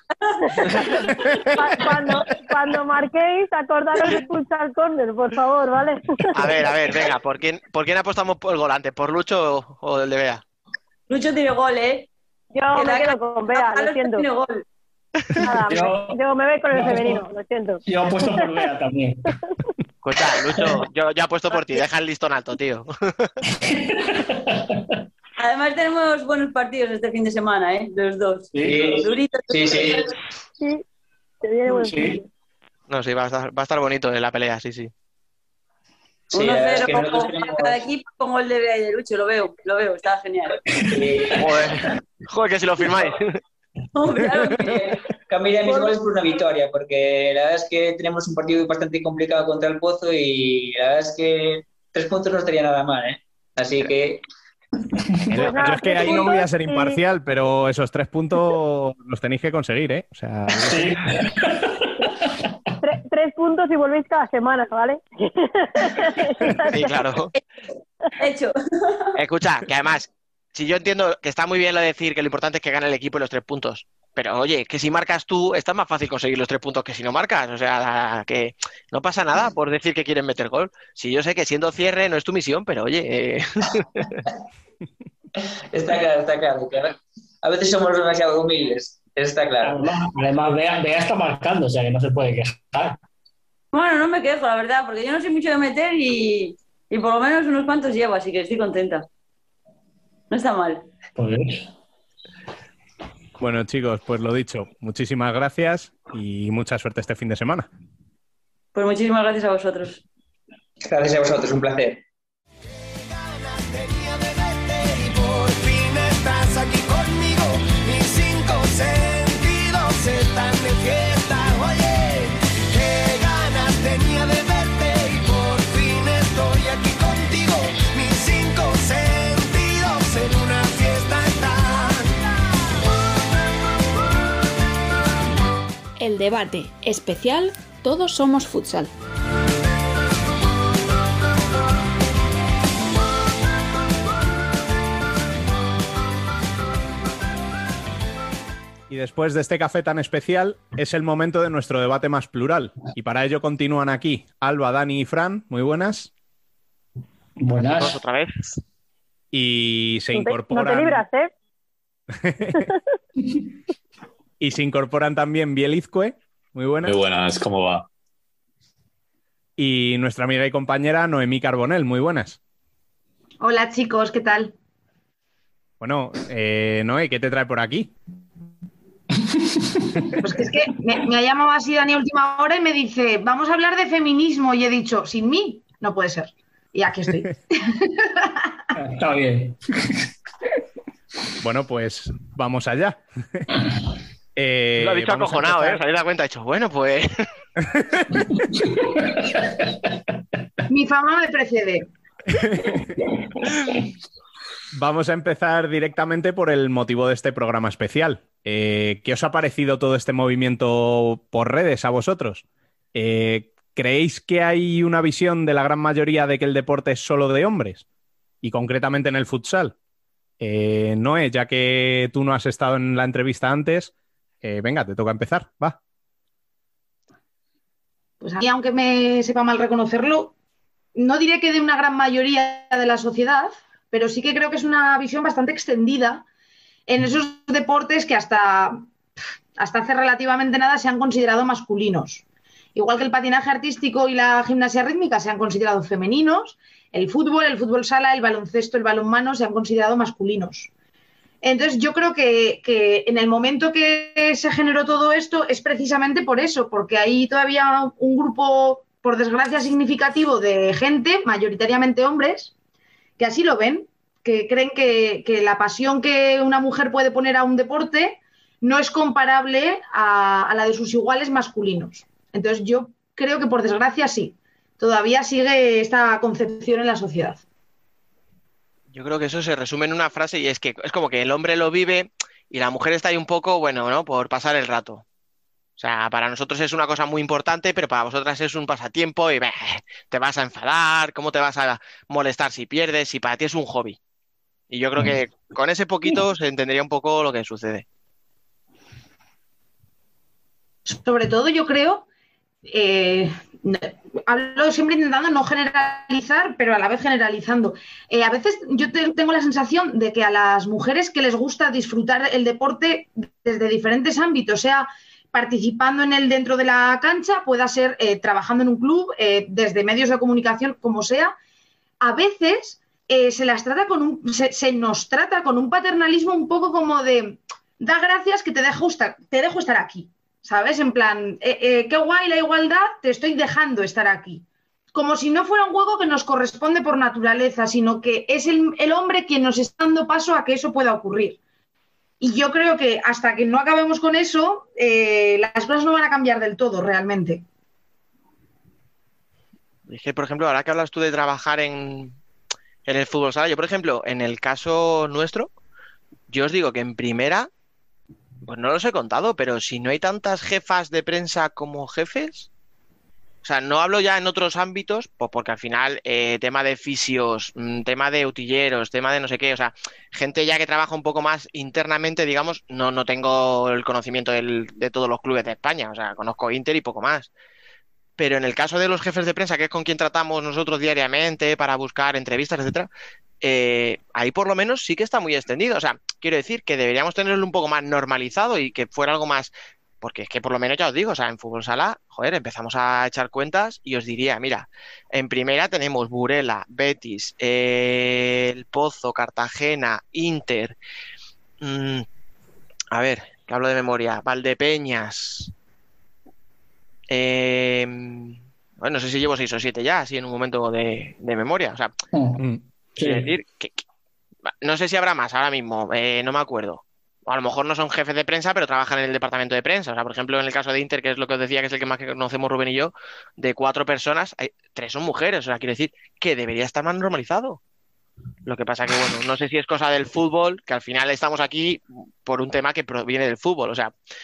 Cuando marquéis, acordaros de Futsal Corner, por favor, ¿vale? A ver, venga, ¿por quién apostamos por el gol antes? ¿Por Lucho o el de Bea? Lucho tiene gol, ¿eh? Yo me quedo con Bea, lo siento. Tiene gol. Nada, yo me voy con el femenino, lo siento. Yo apuesto por Bea también. Escucha, Lucho, yo apuesto por ti, deja el listón alto, tío. Además tenemos buenos partidos este fin de semana, ¿eh? Los dos. Sí, Duritos. sí. Sí, se viene buen Sí. No, sí, va a estar bonito la pelea, sí. Sí, 1-0 es que como nosotros tenemos... cada equipo, como el de Bea y de Lucho, lo veo, está genial. Joder, que si lo firmáis. Hombre, claro que- Cambiaría mis goles por una victoria, porque la verdad es que tenemos un partido bastante complicado contra el Pozo y la verdad es que 3 puntos no estaría nada mal, ¿eh? Así que... Yo es que ahí no voy a ser imparcial, pero esos 3 puntos los tenéis que conseguir, ¿eh? O sea, Sí. 3 puntos y volvéis cada semana, ¿vale? Sí, claro. Hecho. Escucha, que además, si yo entiendo que está muy bien lo de decir que lo importante es que gane el equipo y los 3 puntos, pero oye, que si marcas tú, está más fácil conseguir los 3 puntos que si no marcas. O sea, que no pasa nada por decir que quieren meter gol. Si yo sé que siendo cierre no es tu misión, pero oye... Está claro. Que a veces somos demasiado humildes, está claro. Además Bea está marcando, o sea que no se puede quejar. Bueno, no me quejo, la verdad, porque yo no soy mucho de meter y por lo menos unos cuantos llevo, así que estoy contenta. No está mal. Pues, bueno, chicos, pues lo dicho, muchísimas gracias y mucha suerte este fin de semana. Pues muchísimas gracias a vosotros. Gracias a vosotros, un placer. El debate especial Todos somos futsal. Y después de este café tan especial, es el momento de nuestro debate más plural. Y para ello continúan aquí Alba, Dani y Fran. Muy buenas. Buenas. Otra vez. Y se No incorporan... te libras, ¿eh? Y se incorporan también Biel Izcue. Muy buenas. Muy buenas, ¿cómo va? Y nuestra amiga y compañera Noemí Carbonell. Muy buenas. Hola chicos, ¿qué tal? Bueno, Noé, ¿qué te trae por aquí? Pues que es que me ha llamado así Dani a última hora y me dice, vamos a hablar de feminismo. Y he dicho, sin mí, no puede ser. Y aquí estoy. Está bien. Bueno, pues vamos allá. Lo ha dicho acojonado, ¿eh? Se habéis dado cuenta, ha dicho, bueno, pues... Mi fama me precede. Vamos a empezar directamente por el motivo de este programa especial. ¿Qué os ha parecido todo este movimiento por redes a vosotros? ¿Creéis que hay una visión de la gran mayoría de que el deporte es solo de hombres? Y concretamente en el futsal. Noé, ya que tú no has estado en la entrevista antes, venga, te toca empezar, va. Pues a mí, aunque me sepa mal reconocerlo, no diré que de una gran mayoría de la sociedad, pero sí que creo que es una visión bastante extendida en esos deportes que hasta hace relativamente nada se han considerado masculinos. Igual que el patinaje artístico y la gimnasia rítmica se han considerado femeninos, el fútbol sala, el baloncesto, el balonmano se han considerado masculinos. Entonces yo creo que en el momento que se generó todo esto es precisamente por eso, porque hay todavía un grupo, por desgracia, significativo de gente, mayoritariamente hombres, que así lo ven, que creen que la pasión que una mujer puede poner a un deporte no es comparable a la de sus iguales masculinos. Entonces yo creo que por desgracia sí, todavía sigue esta concepción en la sociedad. Yo creo que eso se resume en una frase y es que es como que el hombre lo vive y la mujer está ahí un poco, bueno, ¿no? Por pasar el rato. O sea, para nosotros es una cosa muy importante, pero para vosotras es un pasatiempo y te vas a enfadar, ¿cómo te vas a molestar si pierdes? Si para ti es un hobby. Y yo creo que con ese poquito se entendería un poco lo que sucede. Sobre todo yo creo, hablo siempre intentando no generalizar, pero a la vez generalizando. A veces yo tengo la sensación de que a las mujeres que les gusta disfrutar el deporte desde diferentes ámbitos, sea participando en él dentro de la cancha, pueda ser trabajando en un club, desde medios de comunicación, como sea, a veces se nos trata con un paternalismo un poco como de da gracias que te dejo estar aquí, ¿sabes? En plan, qué guay la igualdad, te estoy dejando estar aquí. Como si no fuera un juego que nos corresponde por naturaleza, sino que es el hombre quien nos está dando paso a que eso pueda ocurrir. Y yo creo que hasta que no acabemos con eso, las cosas no van a cambiar del todo, realmente. Es que, por ejemplo, ahora que hablas tú de trabajar en el fútbol sala, yo, por ejemplo, en el caso nuestro, yo os digo que en primera, pues no los he contado, pero si no hay tantas jefas de prensa como jefes, o sea, no hablo ya en otros ámbitos, pues porque al final tema de fisios, tema de utilleros, tema de no sé qué, o sea, gente ya que trabaja un poco más internamente, digamos, no tengo el conocimiento de todos los clubes de España, o sea, conozco Inter y poco más. Pero en el caso de los jefes de prensa, que es con quien tratamos nosotros diariamente para buscar entrevistas, etcétera, ahí por lo menos sí que está muy extendido. O sea, quiero decir que deberíamos tenerlo un poco más normalizado y que fuera algo más... Porque es que por lo menos ya os digo, o sea, en fútbol sala, joder, empezamos a echar cuentas y os diría, mira, en primera tenemos Burela, Betis, El Pozo, Cartagena, Inter, a ver, que hablo de memoria, Valdepeñas, bueno, no sé si llevo 6 o 7 ya, así en un momento de memoria, o sea, quiero decir que no sé si habrá más ahora mismo, no me acuerdo. O a lo mejor no son jefes de prensa, pero trabajan en el departamento de prensa. O sea, por ejemplo, en el caso de Inter, que es lo que os decía, que es el que más conocemos Rubén y yo, de 4 personas, 3 son mujeres. O sea, quiero decir que debería estar más normalizado. Lo que pasa que, bueno, no sé si es cosa del fútbol, que al final estamos aquí por un tema que proviene del fútbol. O sea,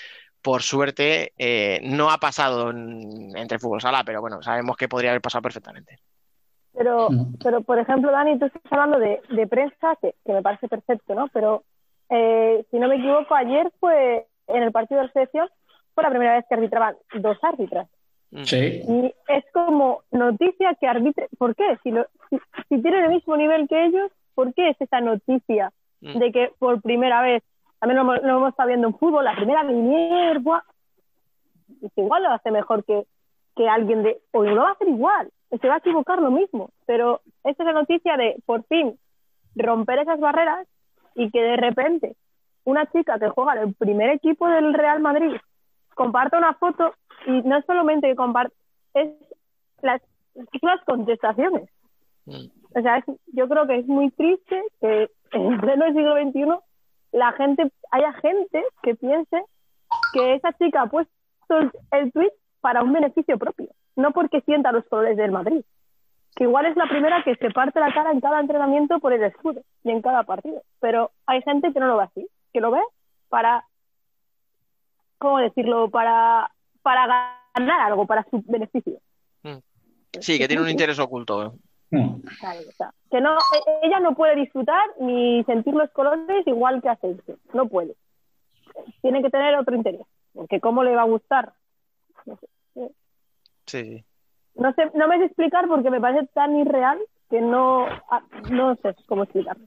por suerte, no ha pasado entre fútbol sala, pero bueno, sabemos que podría haber pasado perfectamente. Pero por ejemplo, Dani, tú estás hablando de prensa, que me parece perfecto, ¿no? Pero si no me equivoco, ayer fue en el partido de la selección, fue la primera vez que arbitraban 2 árbitras. Sí. Y es como noticia que arbitre. ¿Por qué? Si tienen el mismo nivel que ellos, ¿por qué es esa noticia de que por primera vez, también lo hemos estado viendo en fútbol, la primera linier, igual lo hace mejor que alguien o no lo va a hacer igual, se va a equivocar lo mismo, pero esta es la noticia de por fin romper esas barreras y que de repente una chica que juega en el primer equipo del Real Madrid comparta una foto y no solamente que comparte, es las contestaciones. O sea, yo creo que es muy triste que en pleno siglo XXI haya gente que piense que esa chica ha puesto el tuit para un beneficio propio, no porque sienta los colores del Madrid, que igual es la primera que se parte la cara en cada entrenamiento por el escudo y en cada partido, pero hay gente que no lo ve así, que lo ve para, ¿cómo decirlo?, para ganar algo, para su beneficio. Sí, que tiene un interés oculto. Claro, o sea, que no, ella no puede disfrutar ni sentir los colores igual que hace esto, no puede. Tiene que tener otro interés, porque ¿cómo le va a gustar? No sé. Sí. No sé, no me sé explicar porque me parece tan irreal que no sé cómo explicarlo.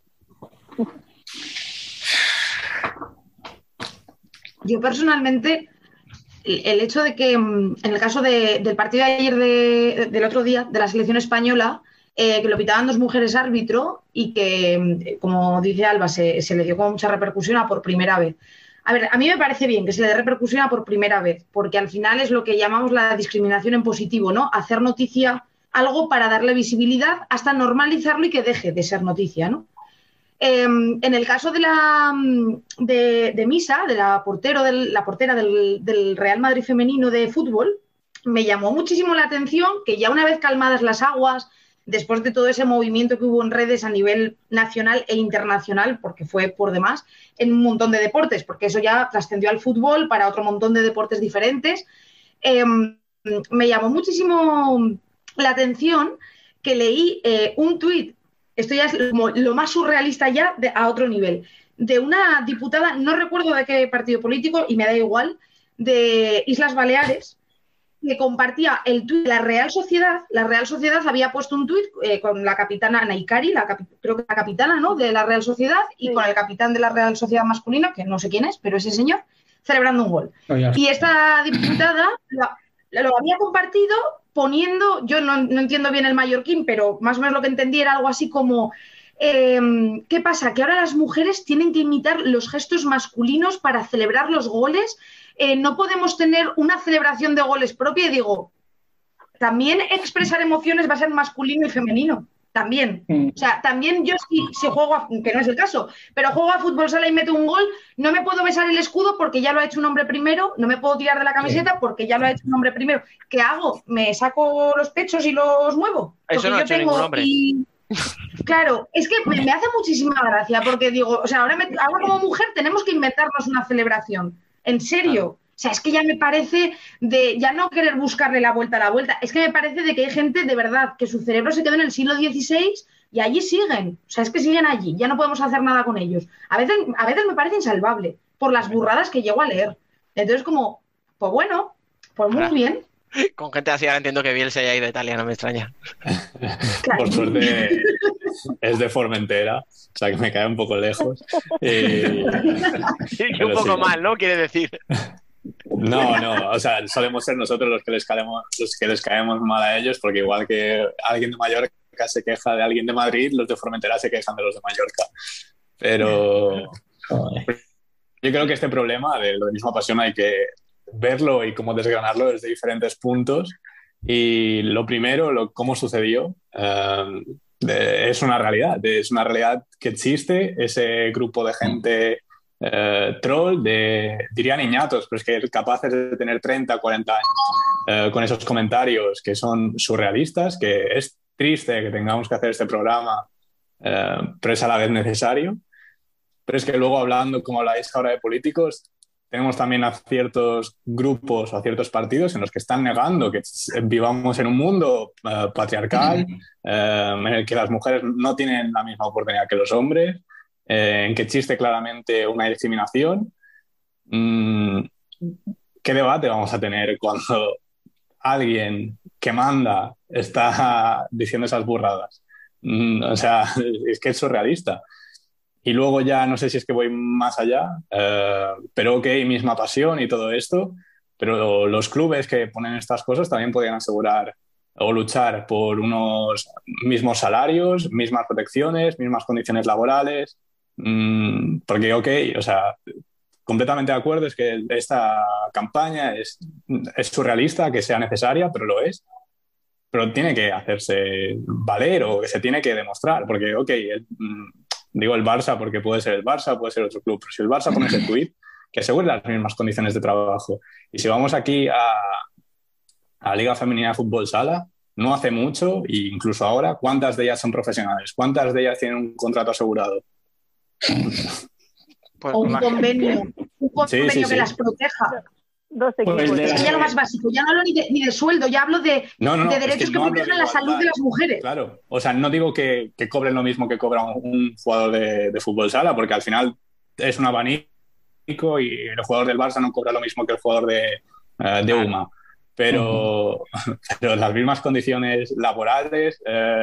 Yo personalmente, el hecho de que en el caso del partido de ayer del otro día, de la selección española, que lo pitaban 2 mujeres árbitro y que, como dice Alba, se le dio con mucha repercusión a por primera vez. A ver, a mí me parece bien que se le dé repercusión a por primera vez, porque al final es lo que llamamos la discriminación en positivo, ¿no? Hacer noticia algo para darle visibilidad hasta normalizarlo y que deje de ser noticia, ¿no? En el caso de Misa, de la portera del Real Madrid femenino de fútbol, me llamó muchísimo la atención que ya una vez calmadas las aguas, después de todo ese movimiento que hubo en redes a nivel nacional e internacional, porque fue por demás, en un montón de deportes, porque eso ya trascendió al fútbol para otro montón de deportes diferentes, me llamó muchísimo la atención que leí un tuit, esto ya es lo más surrealista ya a otro nivel, de una diputada, no recuerdo de qué partido político, y me da igual, de Islas Baleares, que compartía el tuit de la Real Sociedad. La Real Sociedad había puesto un tuit con la capitana Naikari, creo que la capitana, ¿no?, de la Real Sociedad, y con el capitán de la Real Sociedad masculina, que no sé quién es, pero ese señor, celebrando un gol. Y esta diputada lo había compartido poniendo, yo no entiendo bien el mallorquín, pero más o menos lo que entendí era algo así como ¿qué pasa? Que ahora las mujeres tienen que imitar los gestos masculinos para celebrar los goles. No podemos tener una celebración de goles propia. Y digo, también expresar emociones va a ser masculino y femenino. También. O sea, también yo si juego, que no es el caso, pero juego a fútbol sala y meto un gol, no me puedo besar el escudo porque ya lo ha hecho un hombre primero, no me puedo tirar de la camiseta porque ya lo ha hecho un hombre primero. ¿Qué hago? ¿Me saco los pechos y los muevo? Porque eso no ha hecho ningún hombre. Claro, es que me hace muchísima gracia porque digo, o sea, ahora como mujer tenemos que inventarnos una celebración. En serio. Claro. O sea, es que ya me parece de ya no querer buscarle la vuelta a la vuelta. Es que me parece de que hay gente de verdad que su cerebro se quedó en el siglo XVI y allí siguen. O sea, es que siguen allí. Ya no podemos hacer nada con ellos. A veces me parece insalvable por las burradas que llego a leer. Entonces, como, pues bueno, pues muy bien. Con gente así ahora entiendo que Biel se haya ido a Italia, no me extraña. Claro. Por suerte es de Formentera, o sea que me cae un poco lejos. Sí, un poco mal, ¿no? Quiere decir. No, o sea, solemos ser nosotros los que les caemos mal a ellos, porque igual que alguien de Mallorca se queja de alguien de Madrid, los de Formentera se quejan de los de Mallorca. Pero yo creo que este problema de lo de misma pasión hay que verlo y cómo desgranarlo desde diferentes puntos. Y lo primero, cómo sucedió, es una realidad que existe, ese grupo de gente troll, diría niñatos, pero es que capaces de tener 30, 40 años, con esos comentarios que son surrealistas, que es triste que tengamos que hacer este programa, pero es a la vez necesario. Pero es que luego hablando, como habláis ahora de políticos, tenemos también a ciertos grupos o a ciertos partidos en los que están negando que vivamos en un mundo patriarcal, en el que las mujeres no tienen la misma oportunidad que los hombres, en que existe claramente una discriminación. ¿Qué debate vamos a tener cuando alguien que manda está diciendo esas burradas? O sea, es que es surrealista. Y luego ya no sé si es que voy más allá, pero ok, misma pasión y todo esto, pero los clubes que ponen estas cosas también podrían asegurar o luchar por unos mismos salarios, mismas protecciones, mismas condiciones laborales, porque ok, o sea, completamente de acuerdo, es que esta campaña es surrealista, que sea necesaria, pero lo es. Pero tiene que hacerse valer o que se tiene que demostrar, porque, ok, digo el Barça porque puede ser el Barça, puede ser otro club, pero si el Barça pone ese tuit, que asegure las mismas condiciones de trabajo. Y si vamos aquí a Liga Femenina de Fútbol Sala, no hace mucho, e incluso ahora, ¿cuántas de ellas son profesionales? ¿Cuántas de ellas tienen un contrato asegurado? Pues o un convenio que las proteja. Pues ya lo más básico, ya no hablo ni de sueldo, ya hablo de derechos que protejan la salud de las mujeres. Claro, o sea, no digo que cobren lo mismo que cobra un jugador de fútbol sala, porque al final es un abanico y el jugador del Barça no cobra lo mismo que el jugador de UMA. Pero las mismas condiciones laborales,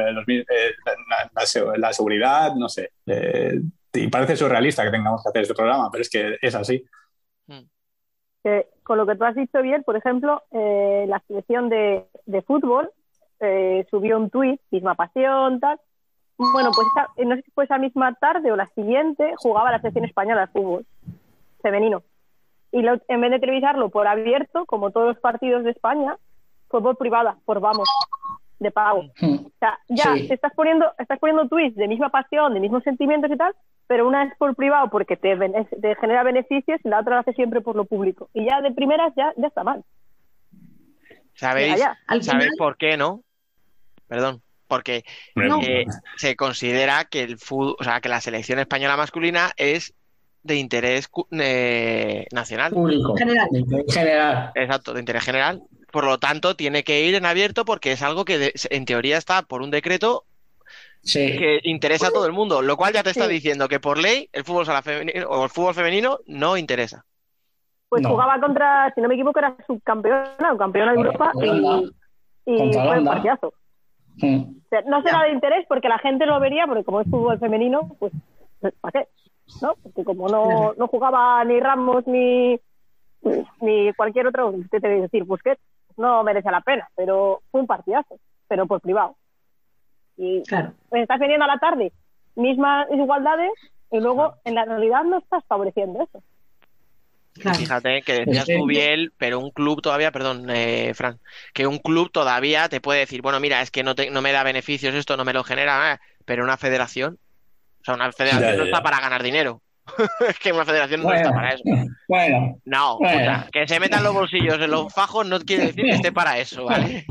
la seguridad, no sé. Y parece surrealista que tengamos que hacer este programa, pero es que es así. Con lo que tú has dicho bien, por ejemplo, la selección de fútbol subió un tuit, misma pasión, tal. Bueno, pues no sé si fue esa misma tarde o la siguiente, jugaba la selección española de fútbol femenino. Y en vez de televisarlo por abierto, como todos los partidos de España, fue por privada, por Vamos, de pago. O sea, ya estás poniendo tweets de misma pasión, de mismos sentimientos y tal, pero una es por privado porque te genera beneficios y la otra la hace siempre por lo público. Y ya de primeras ya está mal. ¿Sabéis por qué, no? Perdón. Porque se considera que el fútbol, o sea, que la selección española masculina es de interés nacional. Público. General. Exacto, de interés general. Por lo tanto, tiene que ir en abierto porque es algo que en teoría está por un decreto que interesa a todo el mundo, lo cual ya te está diciendo que por ley el fútbol sala femenino o el fútbol femenino no interesa. Pues jugaba contra, si no me equivoco, era subcampeona o campeona de Europa y fue un partidazo. O sea, no será de interés porque la gente no lo vería, porque como es fútbol femenino, pues ¿para qué? ¿No? Porque como no jugaba ni Ramos ni cualquier otro, ¿qué te voy a decir? Busquets, no merece la pena, pero fue un partidazo, pero por privado. Y pues estás viniendo a la tarde, mismas desigualdades, y luego en la realidad no estás favoreciendo eso. Fíjate que decías tú bien, pero un club todavía, perdón, Fran, que un club todavía te puede decir, bueno, mira, es que no me da beneficios, esto no me lo genera, pero una federación, o sea, una federación no está para ganar dinero. Es que una federación no está para eso. No, o sea, que se metan los bolsillos en los fajos no quiere decir que esté para eso, ¿vale?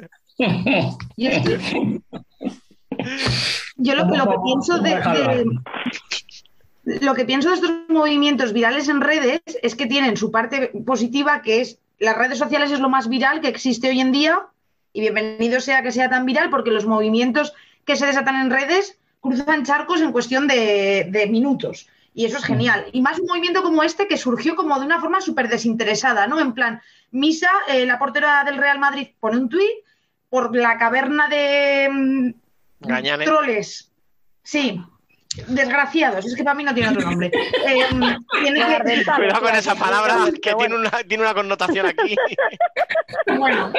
Yo lo que pienso lo que pienso de estos movimientos virales en redes es que tienen su parte positiva, que es las redes sociales es lo más viral que existe hoy en día, y bienvenido sea que sea tan viral, porque los movimientos que se desatan en redes cruzan charcos en cuestión de minutos, y eso es genial. Y más un movimiento como este que surgió como de una forma súper desinteresada, ¿no? En plan, Misa, la portera del Real Madrid, pone un tuit por la caverna de troles. Sí. Desgraciados, es que para mí no tiene otro nombre. Cuidado con esa palabra que tiene una connotación aquí. Bueno,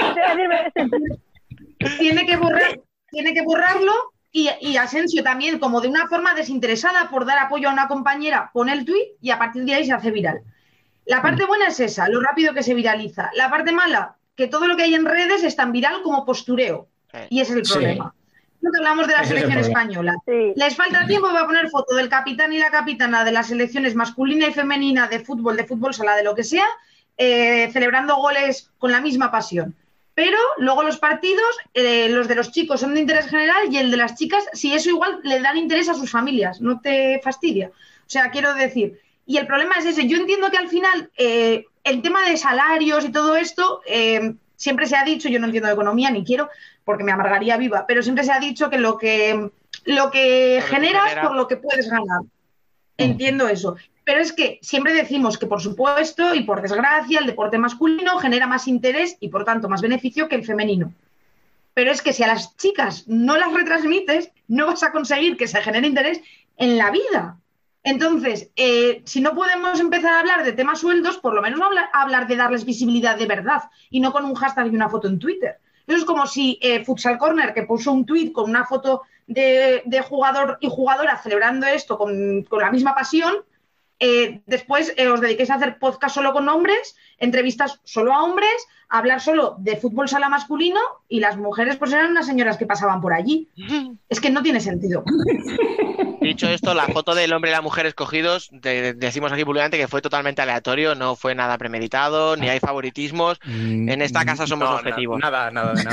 tiene que borrarlo y Asensio también, como de una forma desinteresada por dar apoyo a una compañera, pone el tuit y a partir de ahí se hace viral. La parte buena es esa, lo rápido que se viraliza. La parte mala, que todo lo que hay en redes es tan viral como postureo. Y ese es el problema. Que hablamos de la selección española. Les falta tiempo para poner foto del capitán y la capitana de las selecciones masculina y femenina de fútbol sala, de lo que sea, celebrando goles con la misma pasión. Pero luego los partidos, los de los chicos son de interés general y el de las chicas, si eso igual le dan interés a sus familias, no te fastidia. O sea, quiero decir Y el problema es ese. Yo entiendo que al final el tema de salarios y todo esto, siempre se ha dicho, yo no entiendo de economía ni quiero, porque me amargaría viva, pero siempre se ha dicho que lo que generas por lo que puedes ganar. Entiendo eso. Pero es que siempre decimos que, por supuesto, y por desgracia, el deporte masculino genera más interés y, por tanto, más beneficio que el femenino. Pero es que si a las chicas no las retransmites, no vas a conseguir que se genere interés en la vida. Entonces, si no podemos empezar a hablar de temas sueldos, por lo menos hablar de darles visibilidad de verdad y no con un hashtag y una foto en Twitter. Eso es como si Futsal Corner, que puso un tuit con una foto de jugador y jugadora celebrando esto con la misma pasión, después os dediquéis a hacer podcast solo con hombres, entrevistas solo a hombres, a hablar solo de fútbol sala masculino y las mujeres pues eran unas señoras que pasaban por allí. Es que no tiene sentido. Dicho esto, la foto del hombre y la mujer escogidos, decimos aquí públicamente que fue totalmente aleatorio, no fue nada premeditado, ni hay favoritismos. En esta casa somos objetivos. Nada.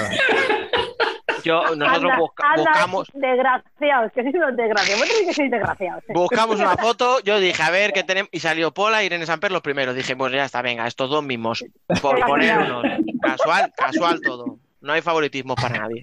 Nosotros buscamos. Desgraciados, que sois unos desgraciados. Vosotros que sois desgraciados. Buscamos una foto, yo dije, a ver qué tenemos. Y salió Pola y Irene Samper los primeros. Dije, pues ya está, venga, estos dos mismos. Por ponernos. Casual todo. No hay favoritismos para nadie.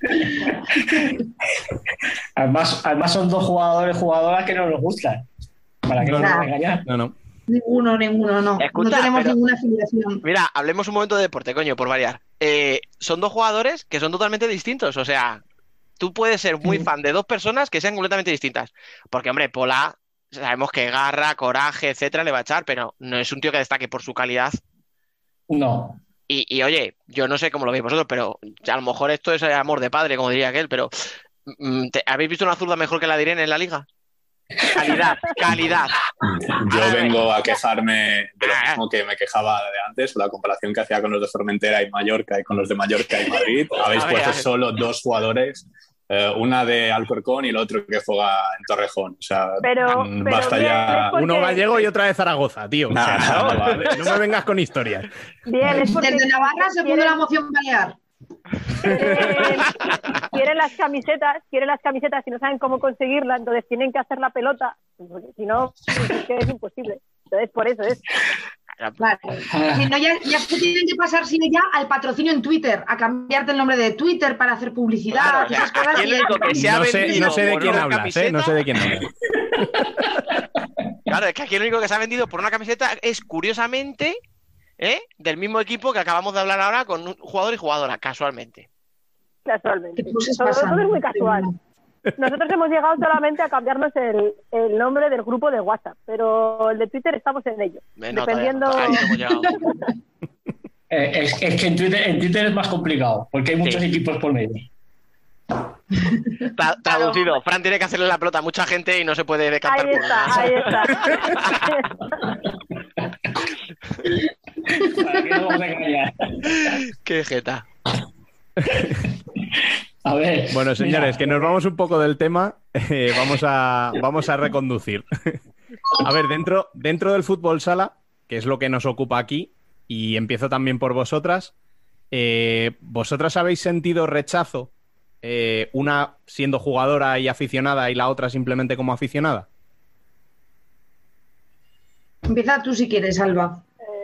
Además son dos jugadoras que no nos gustan. ¿Para qué nos van a engañar? No. Ninguno, no. Escucha, no tenemos pero, ninguna afiliación. Mira, hablemos un momento de deporte, coño, por variar. Son dos jugadores que son totalmente distintos. O sea, tú puedes ser muy fan de dos personas que sean completamente distintas. Porque, hombre, Pola, sabemos que garra, coraje, etcétera, le va a echar, pero no es un tío que destaque por su calidad. No. Y oye, yo no sé cómo lo veis vosotros, pero a lo mejor esto es amor de padre, como diría aquel, pero ¿habéis visto una zurda mejor que la de Irene en la liga? Calidad. Yo vengo a quejarme de lo mismo que me quejaba de antes, la comparación que hacía con los de Formentera y Mallorca y con los de Mallorca y Madrid. Habéis puesto solo dos jugadores, una de Alcorcón y el otro que juega en Torrejón. O sea, basta ya. Porque... Uno gallego y otra de Zaragoza, tío. No me vengas con historias. Bien, es porque... Desde Navarra se puso la moción balear. Quieren las camisetas y no saben cómo conseguirla, entonces tienen que hacer la pelota, porque si no, es que es imposible. Entonces, por eso es. Vale. Si no, ya se tienen que pasar sino ya al patrocinio en Twitter, a cambiarte el nombre de Twitter para hacer publicidad. Claro, esas cosas no sé de quién hablas, no sé de quién hablas. Claro, es que aquí el único que se ha vendido por una camiseta es, curiosamente, del mismo equipo que acabamos de hablar ahora con un jugador y jugadora, casualmente. Todo es muy casual. Nosotros hemos llegado solamente a cambiarnos el nombre del grupo de WhatsApp, pero el de Twitter estamos en ello. Dependiendo... Es que en Twitter es más complicado, porque hay muchos equipos por medio. Traducido, Fran tiene que hacerle la pelota a mucha gente y no se puede decantar por nada. Ahí está. ¿Para qué nos vamos a engañar? Qué jeta. A ver, bueno, señores, que nos vamos un poco del tema. Vamos a reconducir. A ver, dentro del fútbol sala, que es lo que nos ocupa aquí, y empiezo también por vosotras, ¿vosotras habéis sentido rechazo? Una siendo jugadora y aficionada y la otra simplemente como aficionada. Empieza tú si quieres, Alba.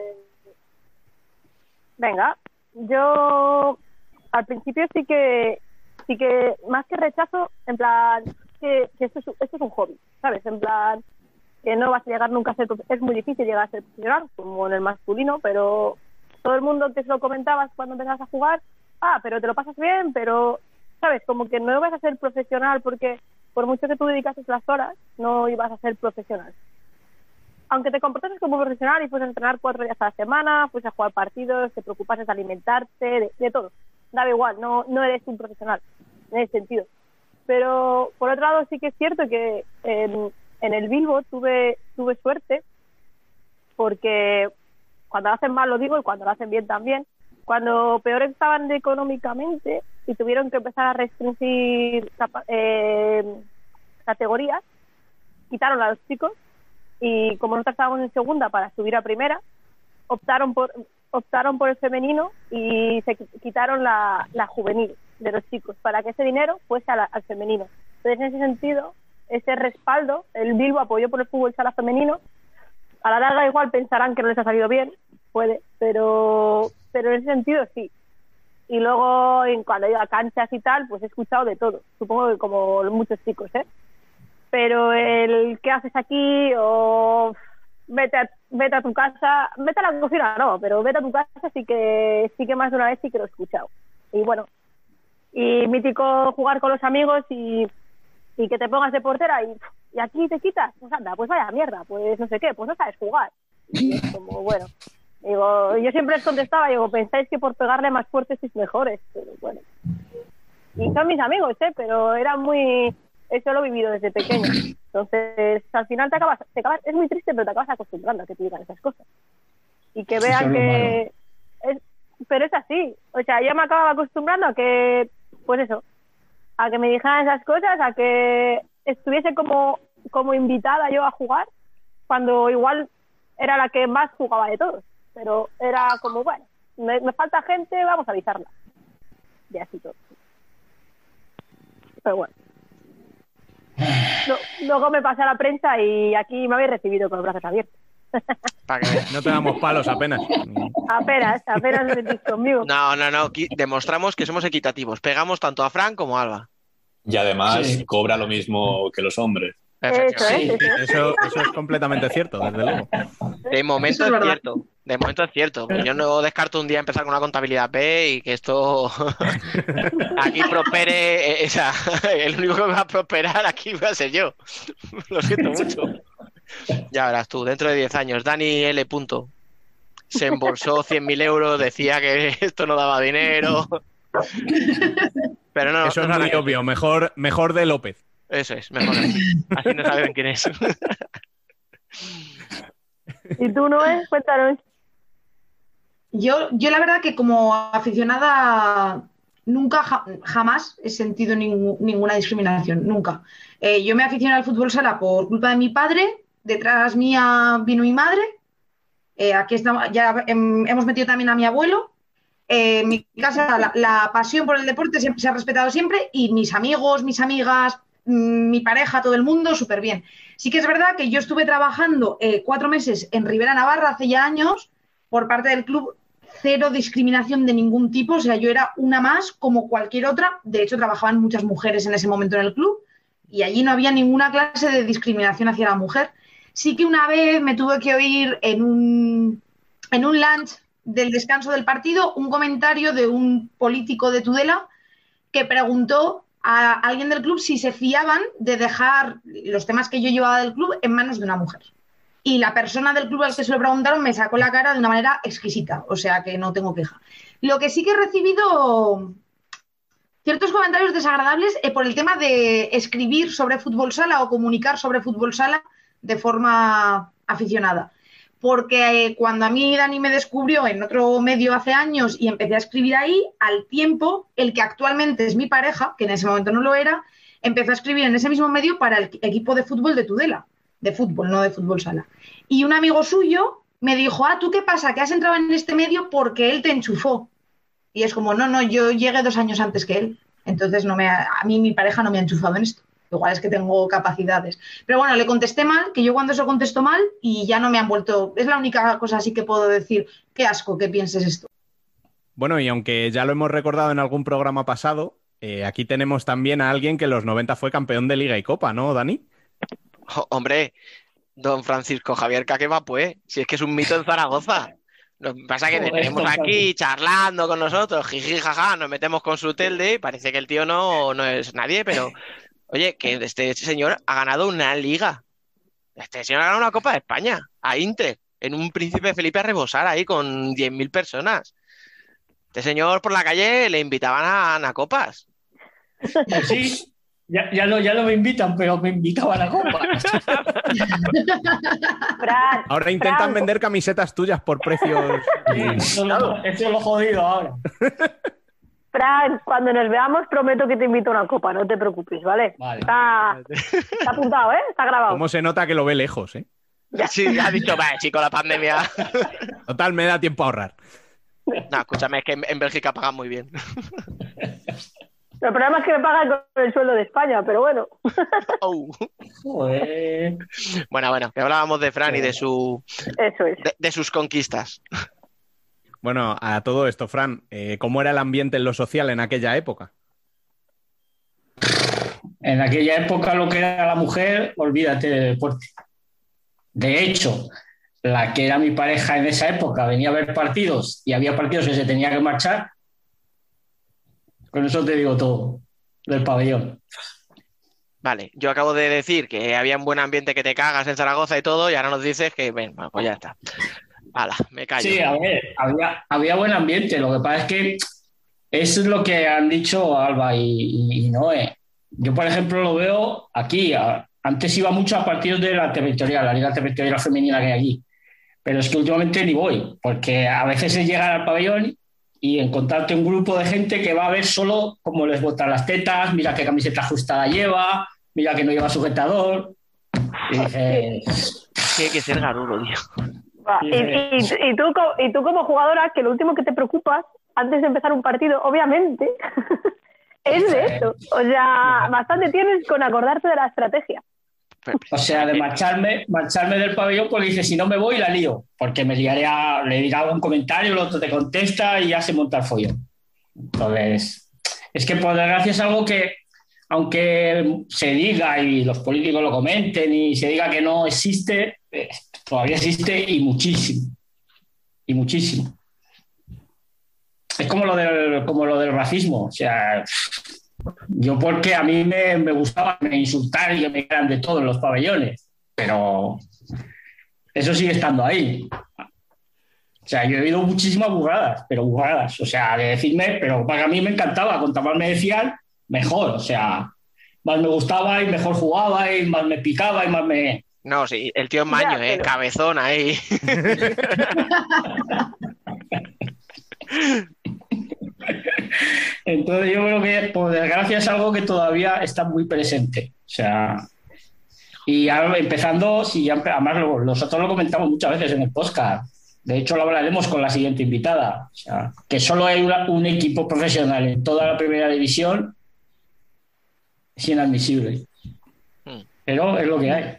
Venga, yo al principio sí que más que rechazo, en plan que esto es un hobby, ¿sabes? En plan que no vas a llegar nunca a ser, es muy difícil llegar a ser profesional como en el masculino, pero todo el mundo te lo comentabas cuando empezabas a jugar, pero te lo pasas bien, pero ¿sabes? Como que no vas a ser profesional porque por mucho que tú dedicases las horas, no ibas a ser profesional. Aunque te comportases como profesional y fueses a entrenar 4 días a la semana, fueses a jugar partidos, te preocupases de alimentarte, de todo. Daba igual, no eres un profesional en ese sentido. Pero por otro lado sí que es cierto que en el Bilbo tuve suerte porque cuando lo hacen mal lo digo y cuando lo hacen bien también. Cuando peor estaban económicamente y tuvieron que empezar a restringir categorías, quitaron a los chicos y como nosotros estábamos en segunda para subir a primera, optaron por el femenino y se quitaron la juvenil de los chicos para que ese dinero fuese al femenino. Entonces, en ese sentido, ese respaldo, el Bilbo apoyó por el fútbol sala femenino a la larga igual pensarán que no les ha salido bien, puede, pero en ese sentido sí. Y luego, cuando he ido a canchas y tal, pues he escuchado de todo. Supongo que como muchos chicos, ¿eh? Pero el ¿qué haces aquí? O vete a tu casa, vete a la cocina, no, pero vete a tu casa sí que más de una vez sí que lo he escuchado. Y bueno, y mítico jugar con los amigos y que te pongas de portera y aquí te quitas, pues anda, pues vaya mierda, pues no sé qué, pues no sabes jugar. Y es como, bueno, digo, yo siempre les contestaba, digo, pensáis que por pegarle más fuerte sois mejores, pero bueno. Y son mis amigos, pero era muy... Eso lo he vivido desde pequeña. Entonces, al final te acabas, es muy triste, pero te acabas acostumbrando a que te digan esas cosas. Y que vean que... pero es así. O sea, yo me acababa acostumbrando a que, pues eso, a que me dijeran esas cosas, a que estuviese como invitada yo a jugar, cuando igual era la que más jugaba de todos. Pero era como, bueno, me falta gente, vamos a avisarla. Y así todo. Pero bueno. Luego me pasé a la prensa y aquí me habéis recibido con los brazos abiertos. Para que no te damos palos apenas. Apenas me sentís conmigo. No. Demostramos que somos equitativos. Pegamos tanto a Fran como a Alba. Y además cobra lo mismo que los hombres. Eso es completamente cierto, desde luego. De momento es cierto. De momento es cierto. Yo no descarto un día empezar con una contabilidad B y que esto aquí prospere. El único que va a prosperar aquí va a ser yo. Lo siento mucho. Ya verás tú, dentro de 10 años, Dani L. se embolsó 100.000 euros, decía que esto no daba dinero. Pero no. Eso es muy obvio. Mejor de López. Eso es, mejor así no saben quién es. ¿Y tú, Noé? Cuéntanos. Yo la verdad que como aficionada nunca, jamás he sentido ninguna discriminación, nunca. Yo me aficioné al fútbol sala por culpa de mi padre, detrás mía vino mi madre, aquí estamos, ya hemos metido también a mi abuelo. En mi casa la pasión por el deporte siempre se ha respetado siempre y mis amigos, mis amigas, mi pareja, todo el mundo, súper bien. Sí que es verdad que yo estuve trabajando 4 meses en Ribera Navarra hace ya años por parte del club, cero discriminación de ningún tipo, o sea, yo era una más como cualquier otra, de hecho trabajaban muchas mujeres en ese momento en el club y allí no había ninguna clase de discriminación hacia la mujer. Sí que una vez me tuve que oír en un lunch del descanso del partido un comentario de un político de Tudela que preguntó a alguien del club si se fiaban de dejar los temas que yo llevaba del club en manos de una mujer. Y la persona del club al que se lo preguntaron me sacó la cara de una manera exquisita, o sea que no tengo queja. Lo que sí que he recibido ciertos comentarios desagradables por el tema de escribir sobre fútbol sala o comunicar sobre fútbol sala de forma aficionada. Porque cuando a mí Dani me descubrió en otro medio hace años y empecé a escribir ahí, al tiempo, el que actualmente es mi pareja, que en ese momento no lo era, empezó a escribir en ese mismo medio para el equipo de fútbol de Tudela. De fútbol, no de fútbol sala. Y un amigo suyo me dijo, ¿tú qué pasa? Que has entrado en este medio porque él te enchufó. Y es como, no, yo llegué 2 años antes que él. Entonces a mí mi pareja no me ha enchufado en esto. Igual es que tengo capacidades. Pero bueno, le contesté mal, que yo cuando eso contesto mal y ya no me han vuelto... Es la única cosa así que puedo decir, qué asco que pienses esto. Bueno, y aunque ya lo hemos recordado en algún programa pasado, aquí tenemos también a alguien que en los 90 fue campeón de Liga y Copa, ¿no, Dani? Hombre, don Francisco Javier Caquema, pues, si es que es un mito en Zaragoza. Lo que pasa es que le tenemos aquí charlando con nosotros, jiji, jaja, nos metemos con su telde, parece que el tío no es nadie, pero oye, que este señor ha ganado una liga. Este señor ha ganado una Copa de España, a Inter, en un Príncipe Felipe a rebosar ahí con 10.000 personas. Este señor por la calle le invitaban a copas. Sí. Ya no me invitan, pero me invitaban a copas. Ahora intentan vender camisetas tuyas por precios. Esto es lo jodido ahora. Fran, cuando nos veamos prometo que te invito a una copa, no te preocupes, ¿vale? Está apuntado, está grabado. ¿Cómo se nota que lo ve lejos, Sí, ya ha dicho, vale, chico, la pandemia. Total, me da tiempo a ahorrar. No, escúchame, es que en Bélgica pagan muy bien. El problema es que me pagan con el sueldo de España, pero bueno. Oh. Joder. Bueno, que hablábamos de Fran y de Eso es. de sus conquistas. Bueno, a todo esto, Fran, ¿cómo era el ambiente en lo social en aquella época? En aquella época lo que era la mujer, olvídate de deporte. De hecho, la que era mi pareja en esa época venía a ver partidos y había partidos que se tenía que marchar. Con eso te digo todo, del pabellón. Vale, yo acabo de decir que había un buen ambiente que te cagas en Zaragoza y todo, y ahora nos dices que, bueno, pues ya está. Hala, me callo. Sí, a ver, había buen ambiente. Lo que pasa es que eso es lo que han dicho Alba y Noé. Yo, por ejemplo, lo veo aquí. Antes iba mucho a partidos de la territorial, la liga territorial femenina que hay aquí. Pero es que últimamente ni voy, porque a veces es llegar al pabellón y encontrarte un grupo de gente que va a ver solo cómo les botan las tetas, mira qué camiseta ajustada lleva, mira que no lleva sujetador. Y dije... Tiene que ser garulo, tío. Y tú como jugadora, que lo último que te preocupas antes de empezar un partido, obviamente, es de esto. O sea, bastante tienes con acordarte de la estrategia. O sea, de marcharme del pabellón, pues dice, si no me voy, la lío. Porque le dirá algún comentario, el otro te contesta y ya se monta el follón. Entonces, es que por desgracia es algo que, aunque se diga y los políticos lo comenten y se diga que no existe, todavía existe y muchísimo. Y muchísimo. Es como lo del racismo. O sea... Yo porque a mí me gustaba insultar y que me dijeran de todo en los pabellones, pero eso sigue estando ahí. O sea, yo he oído muchísimas burradas, pero burradas. O sea, de decirme, pero para mí me encantaba, cuanto más me decían, mejor. O sea, más me gustaba y mejor jugaba y más me picaba y más me... No, sí, el tío es maño, pero... cabezón ahí. Entonces yo creo que por desgracia es algo que todavía está muy presente. O sea, y ahora empezando, si ya, además nosotros lo comentamos muchas veces en el podcast. De hecho lo hablaremos con la siguiente invitada. O sea, que solo hay un equipo profesional en toda la primera división es inadmisible. Pero es lo que hay.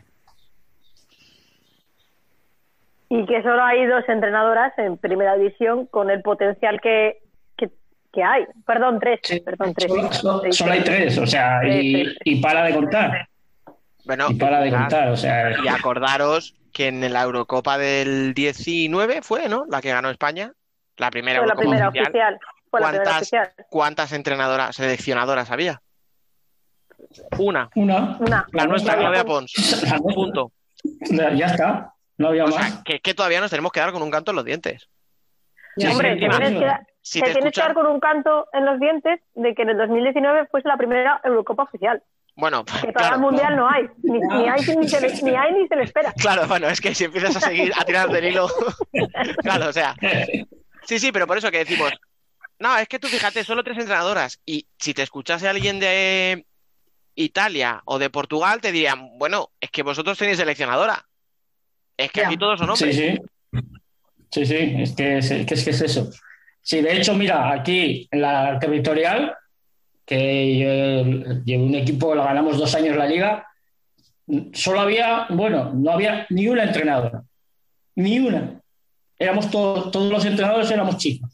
Y que solo hay 2 entrenadoras en primera división con el potencial que hay. Perdón, 3. Sí, perdón, 3. Solo hay 3, o sea, y para de contar. Bueno, y para de contar, o sea... Y acordaros que en la Eurocopa del 19 fue, ¿no? La que ganó España. La primera fue Eurocopa la primera oficial. ¿Cuántas entrenadoras, seleccionadoras había? Una. La nuestra, Claudia Pons. Punto. Ya está. No había más. Sea, que todavía nos tenemos que dar con un canto en los dientes. Sí, hombre, tienes que dar con un canto en los dientes de que en el 2019 fuese la primera Eurocopa oficial. Bueno, que para el Mundial no hay. Ni hay ni se le espera. Claro, bueno, es que si empiezas a seguir a tirar del hilo... Claro, o sea... Sí, pero por eso que decimos... No, es que tú fíjate, solo 3 entrenadoras. Y si te escuchase alguien de Italia o de Portugal, te dirían, bueno, es que vosotros tenéis seleccionadora. Es que aquí todos son hombres. Sí, es que es eso. Sí, de hecho, mira, aquí en la territorial, que yo llevo un equipo, lo ganamos 2 años la liga, solo había, no había ni una entrenadora. Ni una. Éramos todos los entrenadores éramos chicos.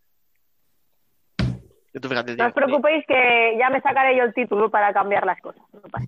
Fíjate, no os preocupéis que ya me sacaré yo el título para cambiar las cosas. No pasa.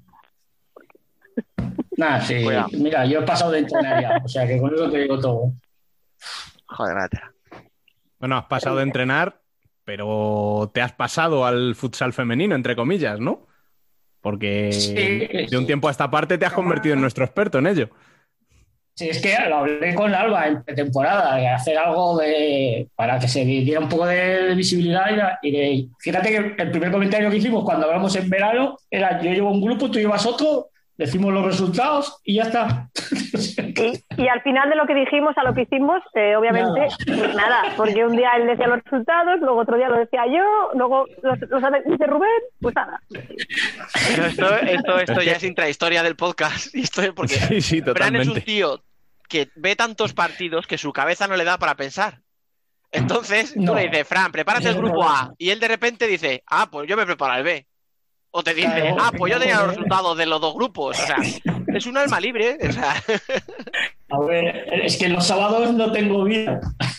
Nada, sí. Cuidado. Mira, yo he pasado de entrenar ya, o sea que con eso te digo todo. Joder, vete. Bueno, has pasado de entrenar, pero te has pasado al futsal femenino, entre comillas, ¿no? Porque de un tiempo a esta parte te has convertido en nuestro experto en ello. Sí, es que lo hablé con Alba en pretemporada, de hacer algo para que se diera un poco de visibilidad. Fíjate que el primer comentario que hicimos cuando hablamos en verano era: yo llevo un grupo, tú llevas otro, decimos los resultados y ya está. Y al final de lo que dijimos a lo que hicimos, obviamente, pues nada, porque un día él decía los resultados, luego otro día lo decía yo, luego los dice Rubén, pues nada. Pero esto ya es intrahistoria del podcast. Porque sí, Fran es un tío que ve tantos partidos que su cabeza no le da para pensar. Entonces, tú le dices, Fran, prepárate el grupo A. Y él de repente dice, pues yo me preparo el B. O te dice, pues yo tenía los resultados de los dos grupos. O sea, es un alma libre. O sea. A ver, es que los sábados no tengo vida.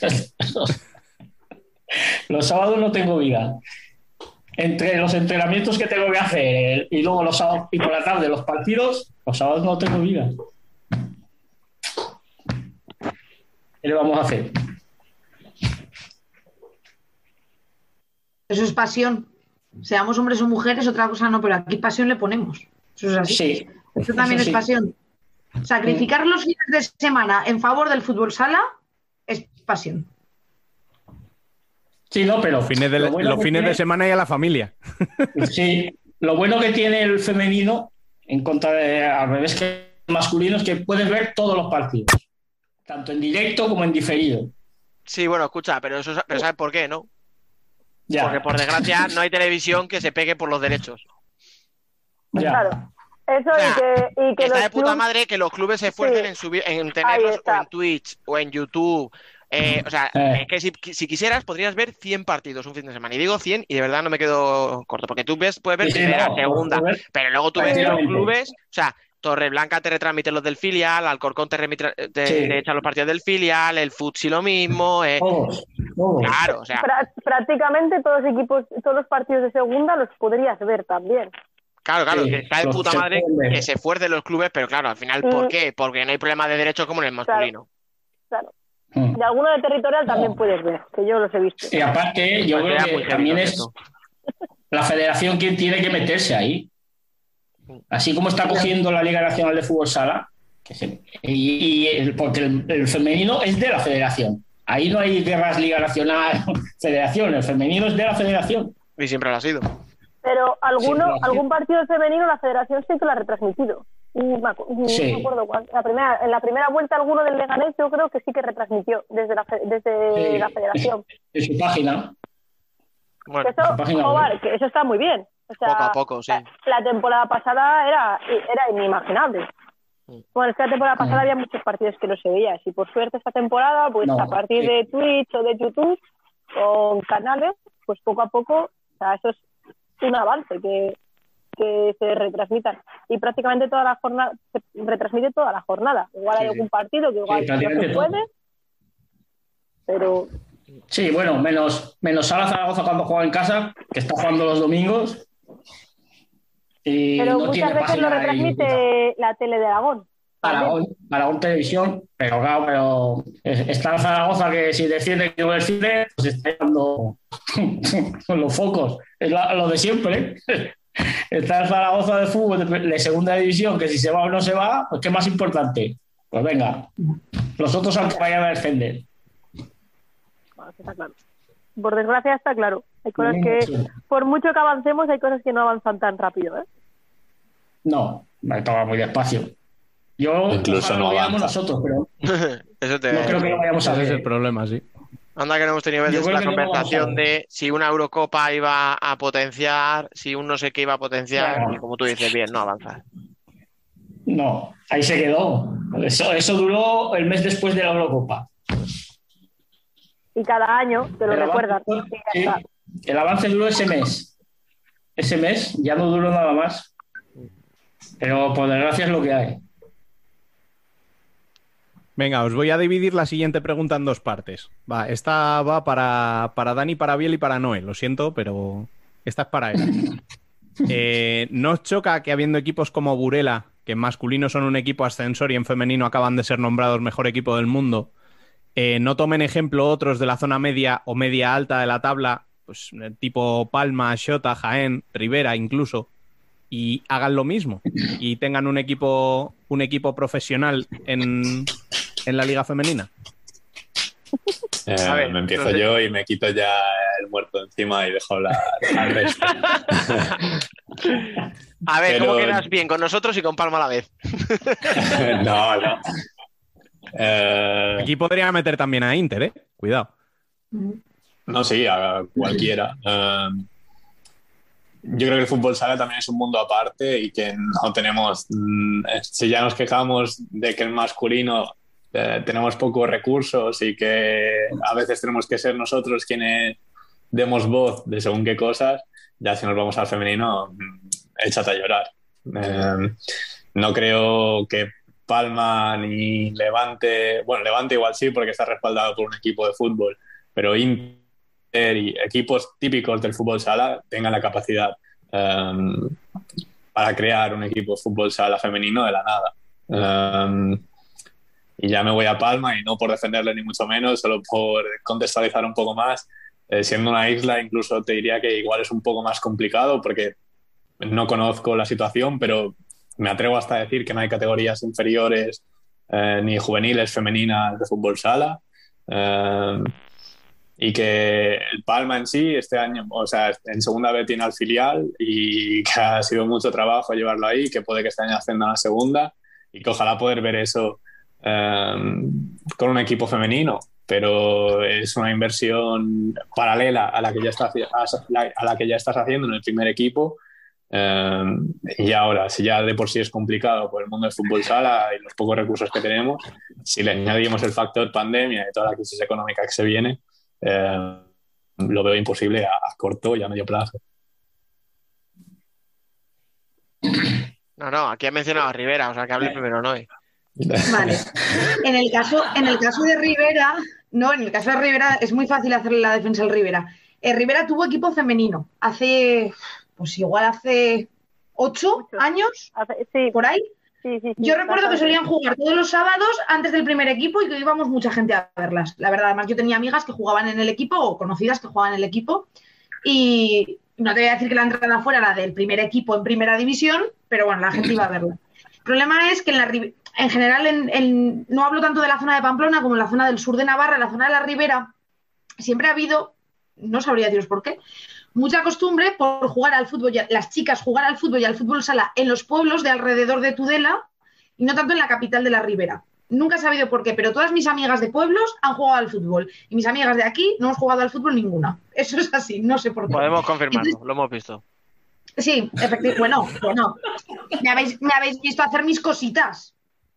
Los sábados no tengo vida. Entre los entrenamientos que tengo que hacer y luego los sábados y por la tarde los partidos, los sábados no tengo vida. ¿Qué le vamos a hacer? Eso es pasión. Seamos hombres o mujeres, otra cosa no, pero aquí pasión le ponemos. Eso es así. Sí. Eso también es pasión. Sacrificar los fines de semana en favor del fútbol sala es pasión. Sí, no, pero los fines de semana y a la familia. Sí, lo bueno que tiene el femenino en contra de al revés que el masculino es que puedes ver todos los partidos, tanto en directo como en diferido. Sí, bueno, escucha, pero ¿sabes por qué, no? Ya. Porque por desgracia no hay televisión que se pegue por los derechos. Ya. Claro. Eso, o sea, y que está los de puta madre que los clubes se esfuercen en subir, en tenerlos o en Twitch o en YouTube. Es que si quisieras podrías ver 100 partidos un fin de semana. Y digo 100 y de verdad no me quedo corto. Porque tú puedes ver primera, segunda, pero luego tú ves los clubes, o sea, Torreblanca te retransmite los del filial, Alcorcón te echa los partidos del filial, el Futsi lo mismo. Claro, o sea. Prácticamente todos los equipos, todos los partidos de segunda los podrías ver también. Claro, que está de puta madre que se esfuercen los clubes, pero claro, al final, ¿por qué? Porque no hay problema de derechos como en el masculino. Claro. Y alguno de territorial también puedes ver, que yo los he visto. Y aparte, yo creo que también es la federación quien tiene que meterse ahí. Así como está cogiendo la Liga Nacional de Fútbol Sala, porque el femenino es de la federación. Ahí no hay guerras Liga Nacional, federación. El femenino es de la federación. Y siempre lo ha sido. Pero algún partido femenino la federación sí que lo ha retransmitido. No me acuerdo cuál. En la primera vuelta alguno del Leganés yo creo que sí que retransmitió desde la federación. En su página. Bueno, que eso está muy bien. O sea, poco a poco, sí. La temporada pasada era inimaginable. Bueno, es que la temporada pasada había muchos partidos que no se veían. Y por suerte esta temporada, pues a partir de Twitch o de YouTube, con canales, pues poco a poco, o sea, eso es un avance que se retransmitan. Y prácticamente toda la jornada, se retransmite toda la jornada. Igual hay algún partido que igual no se puede, pero... Sí, bueno, menos Sala Zaragoza cuando juega en casa, que está jugando los domingos. Pero no muchas veces lo retransmite la tele de Aragón. Aragón Televisión, pero está Zaragoza que si defiende que no defiende, pues está dando con los focos. Es lo de siempre, ¿eh? Está el Zaragoza de fútbol de segunda división, que si se va o no se va, pues ¿qué más importante? Pues venga, los otros aunque vayan a defender. Está claro. Por desgracia está claro. Hay cosas que, por mucho que avancemos, hay cosas que no avanzan tan rápido, ¿eh? No, va muy despacio. Yo incluso no avanza nosotros, pero no creo que lo vayamos a ver. Ese es el problema, sí. Anda que no hemos tenido veces la conversación de si una Eurocopa iba a potenciar, si un no sé qué iba a potenciar, y como tú dices, bien, no avanzar. No, ahí se quedó. Eso duró el mes después de la Eurocopa. Y cada año te lo recuerdan. Sí, el avance duró ese mes. Ese mes ya no duró nada más. Pero por desgracia es lo que hay. Venga, os voy a dividir la siguiente pregunta en dos partes. Esta va para Dani, para Biel y para Noé. Lo siento, pero esta es para él. ¿No os choca que habiendo equipos como Burela, que en masculino son un equipo ascensor y en femenino acaban de ser nombrados mejor equipo del mundo, no tomen ejemplo otros de la zona media o media alta de la tabla, pues tipo Palma, Xota, Jaén, Rivera incluso, y hagan lo mismo y tengan un equipo profesional en la liga femenina? A ver, me empiezo yo y me quito ya el muerto encima y dejo hablar al resto. A ver, ¿cómo quedas bien con nosotros y con Palma a la vez? No. Aquí podría meter también a Inter, ¿eh? Cuidado. No, sí, a cualquiera. Yo creo que el fútbol sala también es un mundo aparte y que no tenemos... Si ya nos quejamos de que el masculino tenemos pocos recursos y que a veces tenemos que ser nosotros quienes demos voz de según qué cosas, ya si nos vamos al femenino, échate a llorar. No creo que Palma ni Levante, bueno, Levante igual sí porque está respaldado por un equipo de fútbol, pero Inter y equipos típicos del fútbol sala tengan la capacidad para crear un equipo de fútbol sala femenino de la nada. Y ya me voy a Palma, y no por defenderle ni mucho menos, solo por contextualizar un poco más. Siendo una isla, incluso te diría que igual es un poco más complicado porque no conozco la situación, pero me atrevo hasta a decir que no hay categorías inferiores ni juveniles femeninas de fútbol sala. Y que el Palma en sí este año, o sea, en segunda vez tiene al filial y que ha sido mucho trabajo llevarlo ahí, que puede que este año ascienda a la segunda y que ojalá poder ver eso con un equipo femenino, pero es una inversión paralela a la que ya estás haciendo en el primer equipo. Y ahora, si ya de por sí es complicado por el mundo del fútbol sala y los pocos recursos que tenemos, si le añadimos el factor pandemia y toda la crisis económica que se viene, lo veo imposible a corto y a medio plazo. No, aquí ha mencionado a Rivera, o sea que hable primero, ¿no? Vale. En el caso de Rivera, no, en el caso de Rivera es muy fácil hacerle la defensa al Rivera. Rivera tuvo equipo femenino hace 8 años, sí, por ahí. Sí, yo recuerdo que solían jugar todos los sábados antes del primer equipo y que íbamos mucha gente a verlas. La verdad, además yo tenía amigas que jugaban en el equipo o conocidas que jugaban en el equipo y no te voy a decir que la entrada fuera la del primer equipo en primera división, pero bueno, la gente iba a verla. El problema es que en general, no hablo tanto de la zona de Pamplona como en la zona del sur de Navarra, en la zona de la Ribera, siempre ha habido, no sabría deciros por qué, mucha costumbre por jugar al fútbol, las chicas jugar al fútbol y al fútbol sala en los pueblos de alrededor de Tudela y no tanto en la capital de la Ribera. Nunca he sabido por qué, pero todas mis amigas de pueblos han jugado al fútbol y mis amigas de aquí no han jugado al fútbol ninguna. Eso es así, no sé por qué. Podemos confirmarlo, entonces, lo hemos visto. Sí, efectivamente. Bueno, me habéis visto hacer mis cositas.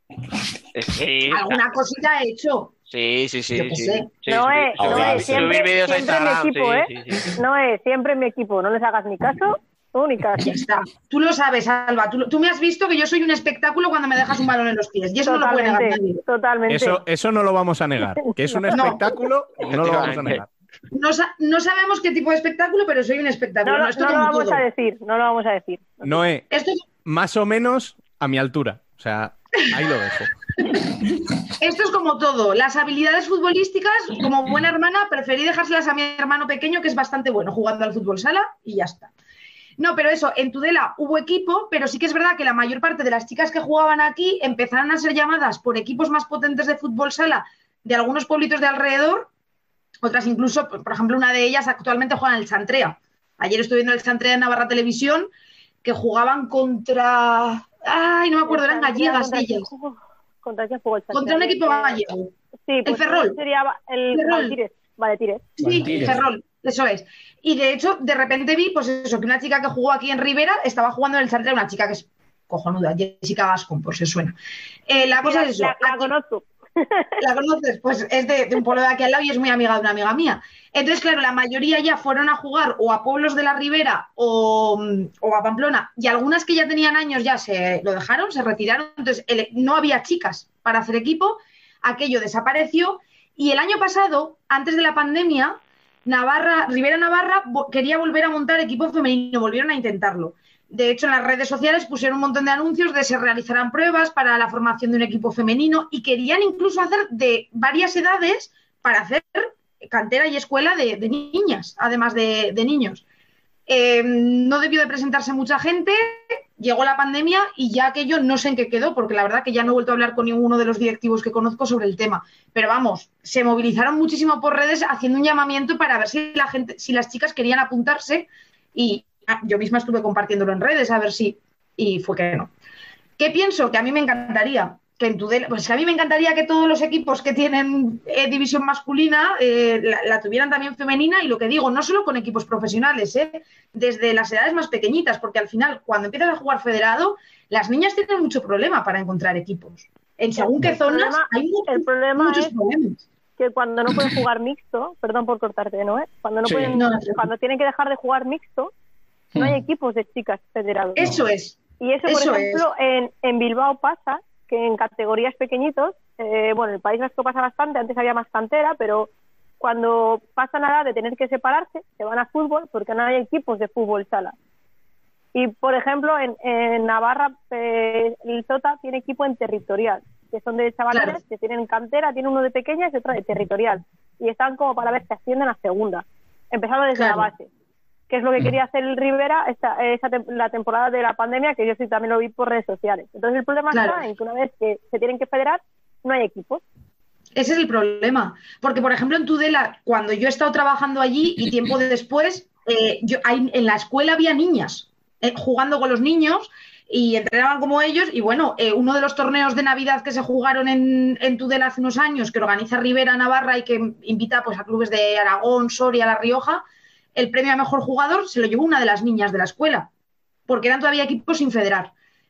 Sí. Alguna cosita he hecho. Sí. Noé, siempre mi equipo, Sí. Noé, siempre mi equipo, no les hagas ni caso, tú ni caso. Ya está. Tú lo sabes, Alba. Tú me has visto que yo soy un espectáculo cuando me dejas un balón en los pies. Y eso no lo puede negar nadie. Totalmente. Eso no lo vamos a negar. Que es un espectáculo, no lo vamos a negar. No sabemos qué tipo de espectáculo, pero soy un espectáculo. No lo vamos a decir. Noé, más o menos a mi altura. O sea, ahí lo dejo. Esto es como todo. Las habilidades futbolísticas, como buena hermana, preferí dejárselas a mi hermano pequeño, que es bastante bueno jugando al fútbol sala, y ya está. No, pero eso, en Tudela hubo equipo, pero sí que es verdad que la mayor parte de las chicas que jugaban aquí empezaron a ser llamadas por equipos más potentes de fútbol sala de algunos pueblitos de alrededor. Otras incluso, por ejemplo, una de ellas actualmente juega en el Chantrea. Ayer estuve viendo el Chantrea en Navarra Televisión, que jugaban contra... Ay, no me acuerdo, eran gallegas ellas. ¿Contra quién jugó el Chantrea? Contra un equipo gallego. Sí, pues el Ferrol. Sería el Valtires. Valtires. Sí, Ferrol, eso es. Y de hecho, de repente vi, pues eso, que una chica que jugó aquí en Ribera estaba jugando en el Chantrea, una chica que es cojonuda, Jessica Gascon, por si suena. La cosa es eso. La conozco. ¿La conoces? Pues es de un pueblo de aquí al lado y es muy amiga de una amiga mía. Entonces, claro, la mayoría ya fueron a jugar o a pueblos de la Ribera o a Pamplona, y algunas que ya tenían años ya se lo dejaron, se retiraron. Entonces, no había chicas para hacer equipo, aquello desapareció, y el año pasado, antes de la pandemia, Ribera Navarra quería volver a montar equipo femenino, volvieron a intentarlo. De hecho, en las redes sociales pusieron un montón de anuncios de se realizarán pruebas para la formación de un equipo femenino y querían incluso hacer de varias edades para hacer cantera y escuela de niñas, además de niños. No debió de presentarse mucha gente, llegó la pandemia y ya aquello no sé en qué quedó, porque la verdad que ya no he vuelto a hablar con ninguno de los directivos que conozco sobre el tema. Pero vamos, se movilizaron muchísimo por redes haciendo un llamamiento para ver si las chicas querían apuntarse, y yo misma estuve compartiéndolo en redes a ver si, y fue que no. ¿Qué pienso? Que a mí me encantaría que en Tudela, pues a mí me encantaría que todos los equipos que tienen división masculina la tuvieran también femenina, y lo que digo, no solo con equipos profesionales, desde las edades más pequeñitas, porque al final, cuando empiezas a jugar federado, las niñas tienen mucho problema para encontrar equipos. En según qué zonas hay el problema muchos es problemas. que cuando no pueden jugar mixto, perdón por cortarte, ¿no? Cuando no Sí. pueden, cuando tienen que dejar de jugar mixto, no hay equipos de chicas federados. Eso es. Y eso, por ejemplo, en Bilbao pasa que en categorías pequeñitos, bueno, en el País Vasco pasa bastante, antes había más cantera, pero cuando pasan a la edad de tener que separarse, se van a fútbol porque no hay equipos de fútbol sala. Y, por ejemplo, en Navarra, el Sota tiene equipo en territorial, que son de chavales que tienen cantera, tiene uno de pequeñas y otro de territorial. Y están como para ver si ascienden a segunda, empezando desde la base, que es lo que quería hacer el Rivera la temporada de la pandemia, que yo sí también lo vi por redes sociales. Entonces el problema está en que una vez que se tienen que federar, no hay equipos. Ese es el problema. Porque, por ejemplo, en Tudela, cuando yo he estado trabajando allí y tiempo después, en la escuela había niñas jugando con los niños y entrenaban como ellos. Y bueno, uno de los torneos de Navidad que se jugaron en Tudela hace unos años, que organiza Rivera Navarra y que invita pues, a clubes de Aragón, Soria, La Rioja, el premio a mejor jugador se lo llevó una de las niñas de la escuela, porque eran todavía equipos sin federar.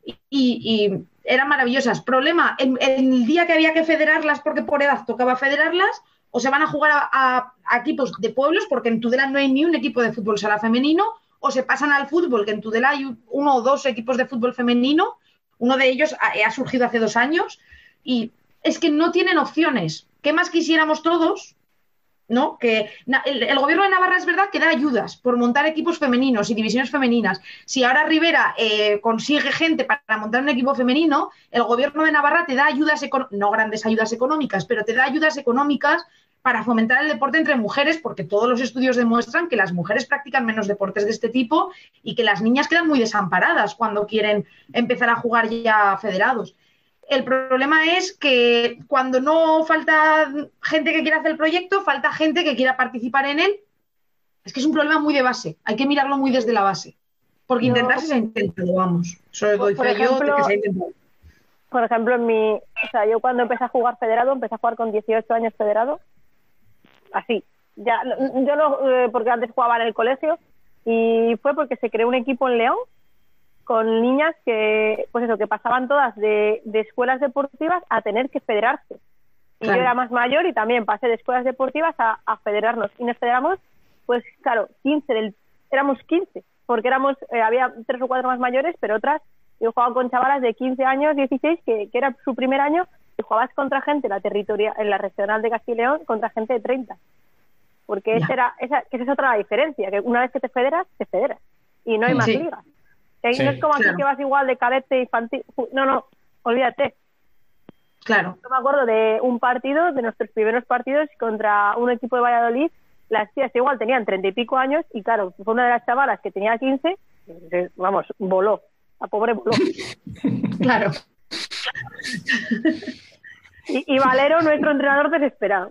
Y eran maravillosas. Problema, en el día que había que federarlas, porque por edad tocaba federarlas, o se van a jugar a equipos de pueblos, porque en Tudela no hay ni un equipo de fútbol sala femenino, o se pasan al fútbol, que en Tudela hay 1 o 2 equipos de fútbol femenino, uno de ellos ha surgido hace 2 años, y es que no tienen opciones. ¿Qué más quisiéramos todos? ¿No? Que el gobierno de Navarra es verdad que da ayudas por montar equipos femeninos y divisiones femeninas. Si ahora Rivera consigue gente para montar un equipo femenino, el gobierno de Navarra te da ayudas, no grandes ayudas económicas, pero te da ayudas económicas para fomentar el deporte entre mujeres, porque todos los estudios demuestran que las mujeres practican menos deportes de este tipo y que las niñas quedan muy desamparadas cuando quieren empezar a jugar ya federados. El problema es que cuando no falta gente que quiera hacer el proyecto, falta gente que quiera participar en él. Es que es un problema muy de base. Hay que mirarlo muy desde la base. Porque intentarse se ha intentado, vamos. Eso doy fe yo de que se ha intentado. Por ejemplo, yo cuando empecé a jugar federado, empecé a jugar con 18 años federado. Así. Ya, yo no, porque antes jugaba en el colegio y fue porque se creó un equipo en León con niñas que, pues eso, que pasaban todas de escuelas deportivas a tener que federarse. Y yo era más mayor y también pasé de escuelas deportivas a federarnos. Y nos federamos, pues claro, éramos 15, porque había 3 o 4 más mayores, pero otras, yo jugaba con chavalas de 15 años, 16, que era su primer año, y jugabas contra gente en la regional de Castilla y León, contra gente de 30. Porque esa es otra diferencia, que una vez que te federas, y no hay más ligas. No es como aquí que vas igual de cadete infantil. No, olvídate. Claro. Yo me acuerdo de un partido, de nuestros primeros partidos contra un equipo de Valladolid. Las tías igual tenían 30 y pico años y claro, fue una de las chavalas que tenía 15, vamos, voló. La pobre voló. Claro. Y Valero, nuestro entrenador, desesperado.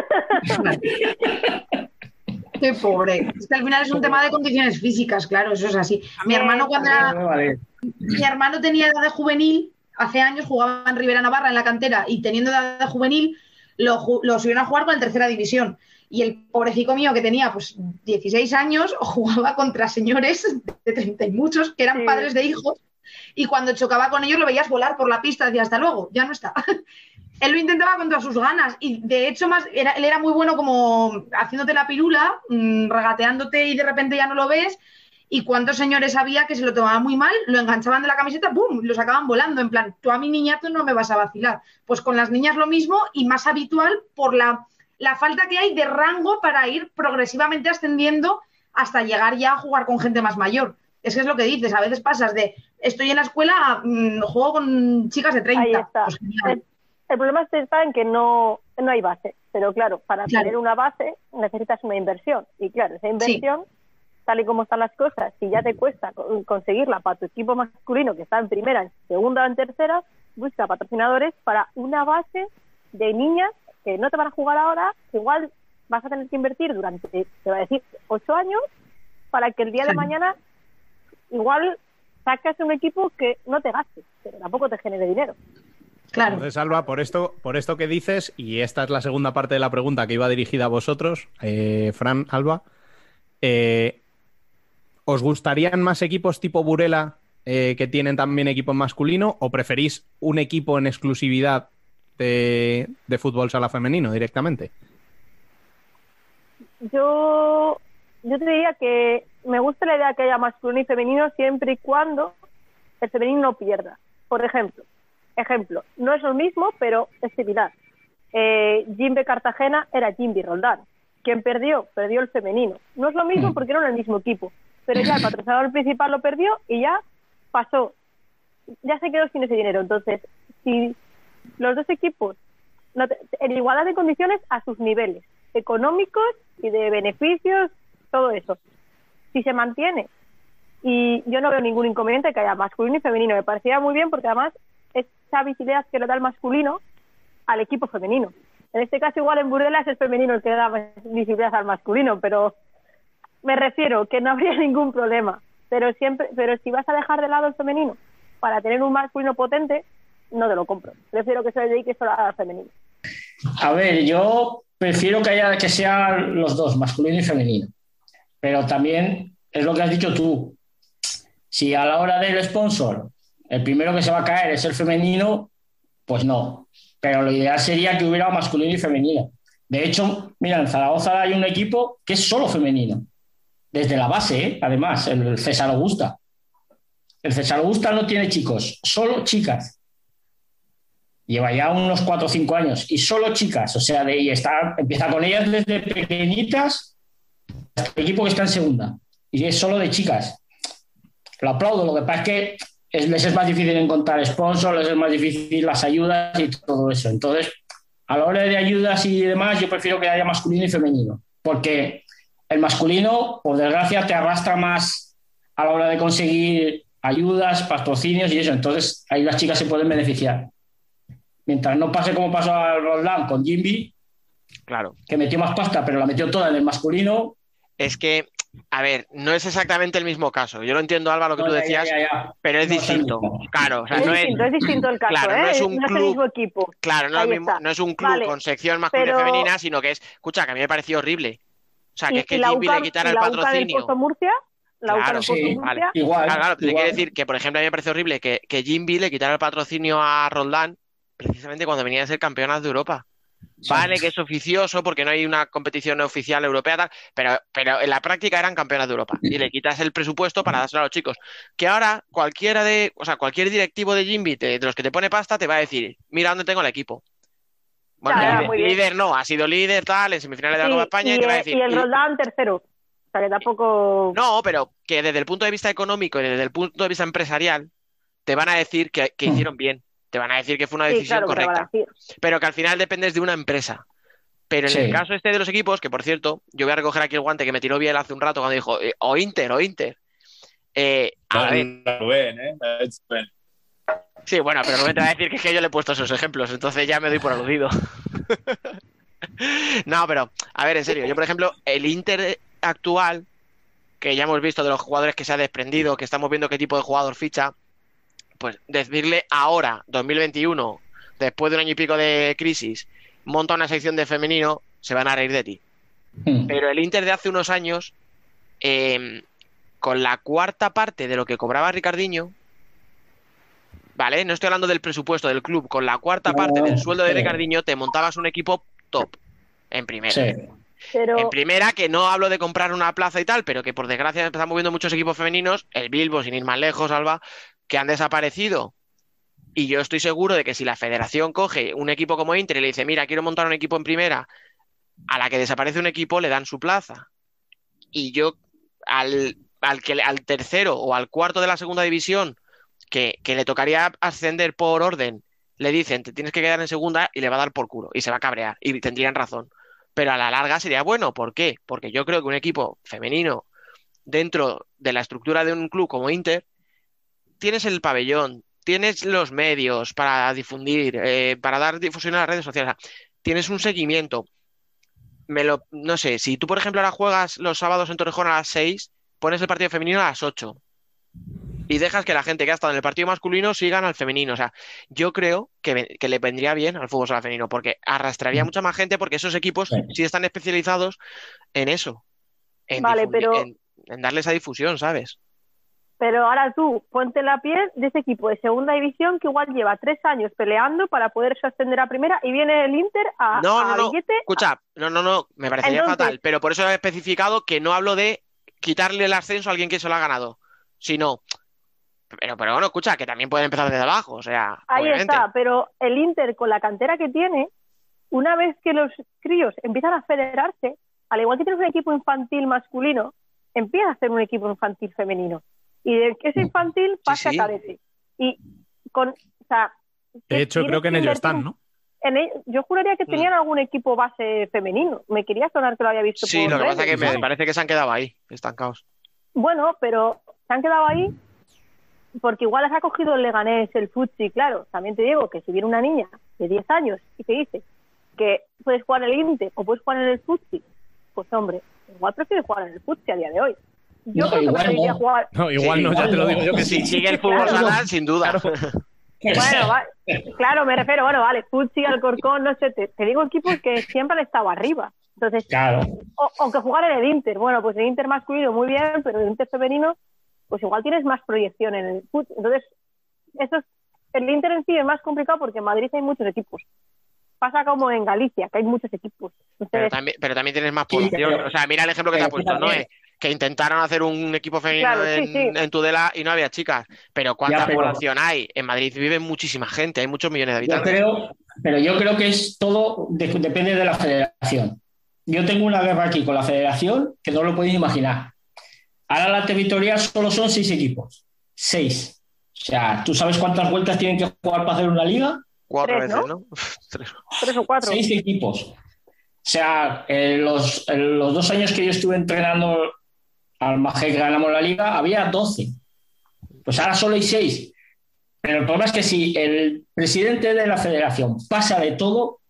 Qué pobre. Es que al final es un tema de condiciones físicas, claro, eso es así. Mi hermano mi hermano tenía edad de juvenil, hace años jugaba en Rivera Navarra en la cantera y teniendo edad de juvenil lo subieron a jugar con la tercera división. Y el pobrecito mío que tenía pues 16 años jugaba contra señores de 30 y muchos que eran padres de hijos y cuando chocaba con ellos lo veías volar por la pista, decía hasta luego, ya no está. Él lo intentaba con todas sus ganas y de hecho él era muy bueno como haciéndote la pirula, regateándote y de repente ya no lo ves. Y cuántos señores había que se lo tomaban muy mal, lo enganchaban de la camiseta, ¡pum!, y lo sacaban volando, en plan, tú a mi niñato no me vas a vacilar. Pues con las niñas lo mismo y más habitual por la falta que hay de rango para ir progresivamente ascendiendo hasta llegar ya a jugar con gente más mayor. Es que es lo que dices, a veces pasas de estoy en la escuela a juego con chicas de 30. Ahí está. Pues el problema está en que no hay base, pero claro, para tener una base necesitas una inversión y claro, esa inversión, tal y como están las cosas, si ya te cuesta conseguirla para tu equipo masculino que está en primera, en segunda o en tercera, busca patrocinadores para una base de niñas que no te van a jugar ahora, que igual vas a tener que invertir durante, te va a decir, 8 años para que el día de mañana igual sacas un equipo que no te gastes, pero tampoco te genere dinero. Claro. Entonces, Alba, por esto que dices, y esta es la segunda parte de la pregunta que iba dirigida a vosotros, Fran, Alba, ¿os gustarían más equipos tipo Burela que tienen también equipo en masculino, o preferís un equipo en exclusividad de fútbol sala femenino directamente? Yo te diría que me gusta la idea que haya masculino y femenino siempre y cuando el femenino no pierda. Por ejemplo, no es lo mismo, pero es similar. Jimbe Cartagena era Jimby Roldán. ¿Quién perdió? Perdió el femenino. No es lo mismo porque no era el mismo equipo, pero ya el patrocinador principal lo perdió y ya pasó. Ya se quedó sin ese dinero. Entonces, si los dos equipos en igualdad de condiciones a sus niveles económicos y de beneficios, todo eso, si se mantiene, y yo no veo ningún inconveniente que haya masculino y femenino, me parecía muy bien porque además esa visibilidad que le da el masculino al equipo femenino. En este caso igual en Burdelas es femenino el que da más visibilidad al masculino, pero me refiero que no habría ningún problema. Pero si vas a dejar de lado el femenino para tener un masculino potente, no te lo compro. Prefiero que se dedique solo al femenino. A ver, yo prefiero que sean los dos, masculino y femenino. Pero también es lo que has dicho tú. Si a la hora del sponsor el primero que se va a caer es el femenino, pues no. Pero lo ideal sería que hubiera masculino y femenino. De hecho, mira, en Zaragoza hay un equipo que es solo femenino. Desde la base, además, el César Augusta. El César Augusta no tiene chicos, solo chicas. Lleva ya unos 4 o 5 años y solo chicas. O sea, empieza con ellas desde pequeñitas hasta el equipo que está en segunda. Y es solo de chicas. Lo aplaudo, lo que pasa es que les es más difícil encontrar sponsors, les es más difícil las ayudas y todo eso. Entonces, a la hora de ayudas y demás, yo prefiero que haya masculino y femenino, porque el masculino, por desgracia, te arrastra más a la hora de conseguir ayudas, patrocinios y eso. Entonces, ahí las chicas se pueden beneficiar. Mientras no pase como pasó a Roldán con Jimby, claro, que metió más pasta, pero la metió toda en el masculino. Es que, a ver, no es exactamente el mismo caso. Yo lo entiendo, Alba, lo que tú decías, pero es distinto. Claro, o sea, es distinto el caso, claro, no es un no club, es el mismo equipo. Claro, no es un club con sección masculina y femenina, sino que escucha, que a mí me pareció horrible. O sea, que es que Jimby le quitara el patrocinio. Claro, sí, vale. Igual. Claro, te quiero decir que, por ejemplo, a mí me parece horrible que Jimby le quitara el patrocinio a Roldán precisamente cuando venía a ser campeonas de Europa. Vale, que es oficioso porque no hay una competición oficial europea, tal, pero en la práctica eran campeonas de Europa y le quitas el presupuesto para dárselo a los chicos. Que ahora cualquier directivo de Jimby, de los que te pone pasta, te va a decir, mira dónde tengo el equipo. Bueno, líder no, ha sido líder, tal, en semifinales de la Copa España, y te va a decir. Y el Roldán tercero. O sea, que tampoco. No, pero que desde el punto de vista económico y desde el punto de vista empresarial, te van a decir que hicieron bien. Te van a decir que fue una decisión correcta, pero que al final dependes de una empresa. Pero en el caso de los equipos, que por cierto, yo voy a recoger aquí el guante que me tiró Biel hace un rato cuando dijo o Inter. A ver. Sí, bueno, pero Rubén te va a decir que es que yo le he puesto esos ejemplos, entonces ya me doy por aludido. No, pero, a ver, en serio, yo por ejemplo, el Inter actual, que ya hemos visto de los jugadores que se ha desprendido, que estamos viendo qué tipo de jugador ficha, pues decirle ahora, 2021, después de un año y pico de crisis, monta una sección de femenino, se van a reír de ti. Pero el Inter de hace unos años, con la cuarta parte de lo que cobraba Ricardinho, ¿vale? No estoy hablando del presupuesto del club, con la cuarta parte del sueldo de Ricardinho te montabas un equipo top, en primera. Sí. En primera, que no hablo de comprar una plaza y tal, pero que por desgracia estamos viendo muchos equipos femeninos, el Bilbo, sin ir más lejos, Alba, que han desaparecido. Y yo estoy seguro de que si la federación coge un equipo como Inter y le dice, mira, quiero montar un equipo en primera, a la que desaparece un equipo le dan su plaza. Y yo al tercero o al cuarto de la segunda división, que le tocaría ascender por orden, le dicen, te tienes que quedar en segunda, y le va a dar por culo, y se va a cabrear, y tendrían razón. Pero a la larga sería bueno. ¿Por qué? Porque yo creo que un equipo femenino dentro de la estructura de un club como Inter, tienes el pabellón, tienes los medios para difundir, para dar difusión a las redes sociales, tienes un seguimiento. No sé, si tú por ejemplo ahora juegas los sábados en Torrejón a las 6, pones el partido femenino a las 8 y dejas que la gente que ha estado en el partido masculino sigan al femenino. O sea, yo creo que le vendría bien al fútbol sala femenino, porque arrastraría mucha más gente, porque esos equipos sí están especializados en eso, en darle esa difusión, ¿sabes? Pero ahora tú, ponte en la piel de ese equipo de segunda división que igual lleva 3 años peleando para poderse ascender a primera y viene el Inter a billete. Escucha, no, me parecería fatal, pero por eso he especificado que no hablo de quitarle el ascenso a alguien que se lo ha ganado, sino, pero bueno, escucha, que también pueden empezar desde abajo, o sea, ahí obviamente. está, pero el Inter con la cantera que tiene, una vez que los críos empiezan a federarse, al igual que tienes un equipo infantil masculino, empieza a ser un equipo infantil femenino. Y de que es infantil pasa a cadete. Y de hecho, creo que en ello están, ¿no? Yo juraría que tenían algún equipo base femenino. Me quería sonar que lo había visto. Sí, lo que pasa es que me parece que se han quedado ahí, estancados. Bueno, pero se han quedado ahí porque igual les ha cogido el Leganés, el Futsi. Claro, también te digo que si viene una niña de 10 años y te dice que puedes jugar en el Inter o puedes jugar en el Futsi, pues hombre, igual prefieres jugar en el Futsi a día de hoy. Yo creo que preferiría jugar. No, igual no, ya te lo digo yo que sí. Si sigue el fútbol sala, sin duda. Bueno, claro, me refiero, vale, Futsi, Alcorcón, no sé, te digo equipos que siempre han estado arriba. Entonces, claro. O que jugar en el Inter. Bueno, pues el Inter masculino muy bien, pero el Inter femenino, pues igual tienes más proyección en el Futsi. Entonces, el Inter en sí es más complicado porque en Madrid hay muchos equipos. Pasa como en Galicia, que hay muchos equipos. Entonces, pero también tienes más población. O sea, mira el ejemplo que te ha puesto, ¿no? Que intentaron hacer un equipo femenino en Tudela y no había chicas. Pero ¿cuánta población hay? En Madrid vive muchísima gente, hay muchos millones de habitantes. Yo creo que es todo, depende de la federación. Yo tengo una guerra aquí con la federación que no lo podéis imaginar. Ahora la territorial solo son 6 equipos. 6. O sea, ¿tú sabes cuántas vueltas tienen que jugar para hacer una liga? 4 veces, ¿no? 3 o 4. 6 equipos. O sea, los 2 años que yo estuve entrenando al Majek, ganamos la liga, había 12. Pues ahora solo hay 6. Pero el problema es que si el presidente de la federación pasa de todo,